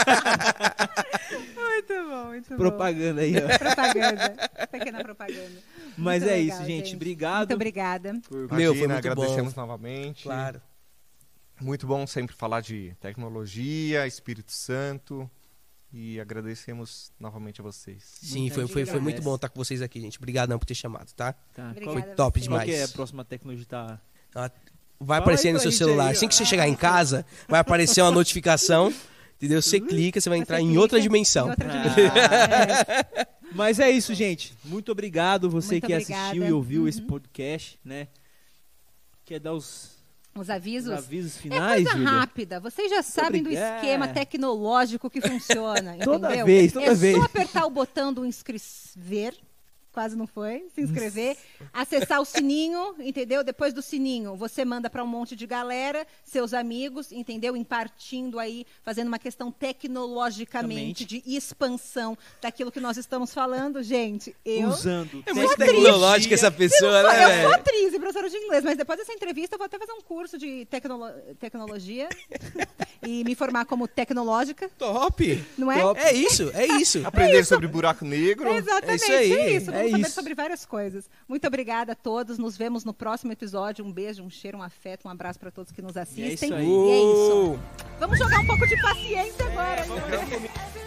Muito bom, muito bom. propaganda aí, ó. Propaganda. Pequena propaganda. Mas Muito é legal, isso, gente. gente. Obrigado. Muito obrigada. por- Meu, foi Imagina, muito bom. agradecemos novamente. Claro. Muito bom sempre falar de tecnologia, Espírito Santo. E agradecemos novamente a vocês. Sim, foi, foi, foi muito bom estar com vocês aqui, gente. Obrigadão por ter chamado, tá? Tá. Obrigada Foi a top você. demais. Qual que é a próxima tecnologia? Tá... Ela vai Fala aparecer aí no pra seu gente celular. aí, Assim que ó. você chegar em casa, vai aparecer uma notificação, entendeu? Você clica, você vai entrar em outra dimensão. Em outra dimensão. Ah, é. Mas é isso, gente. Muito obrigado você Muito que obrigada. assistiu e ouviu Uhum. esse podcast, né? Quer dar os, Os os avisos. avisos É finais, coisa Júlia? rápida. Vocês já sabem do obrigado. esquema tecnológico que funciona, Toda entendeu? vez, toda é vez. só apertar o botão do inscrever, quase não foi, se inscrever, acessar o sininho, entendeu? Depois do sininho, você manda para um monte de galera, seus amigos, entendeu? Impartindo aí, fazendo uma questão tecnologicamente de expansão daquilo que nós estamos falando, gente. Eu Usando. É muito atriz. tecnológica essa pessoa, né, Eu sou velho? atriz e professora de inglês, mas depois dessa entrevista eu vou até fazer um curso de tecnolo- tecnologia e me formar como tecnológica, Top! não é? É isso, é isso. Aprender sobre buraco negro. Exatamente, É isso aí, é isso. é Vamos saber isso. sobre várias coisas. Muito obrigada a todos. Nos vemos no próximo episódio. Um beijo, um cheiro, um afeto, um abraço para todos que nos assistem. isso aí. E é isso. Uou. Vamos jogar um pouco de paciência agora. Vamos-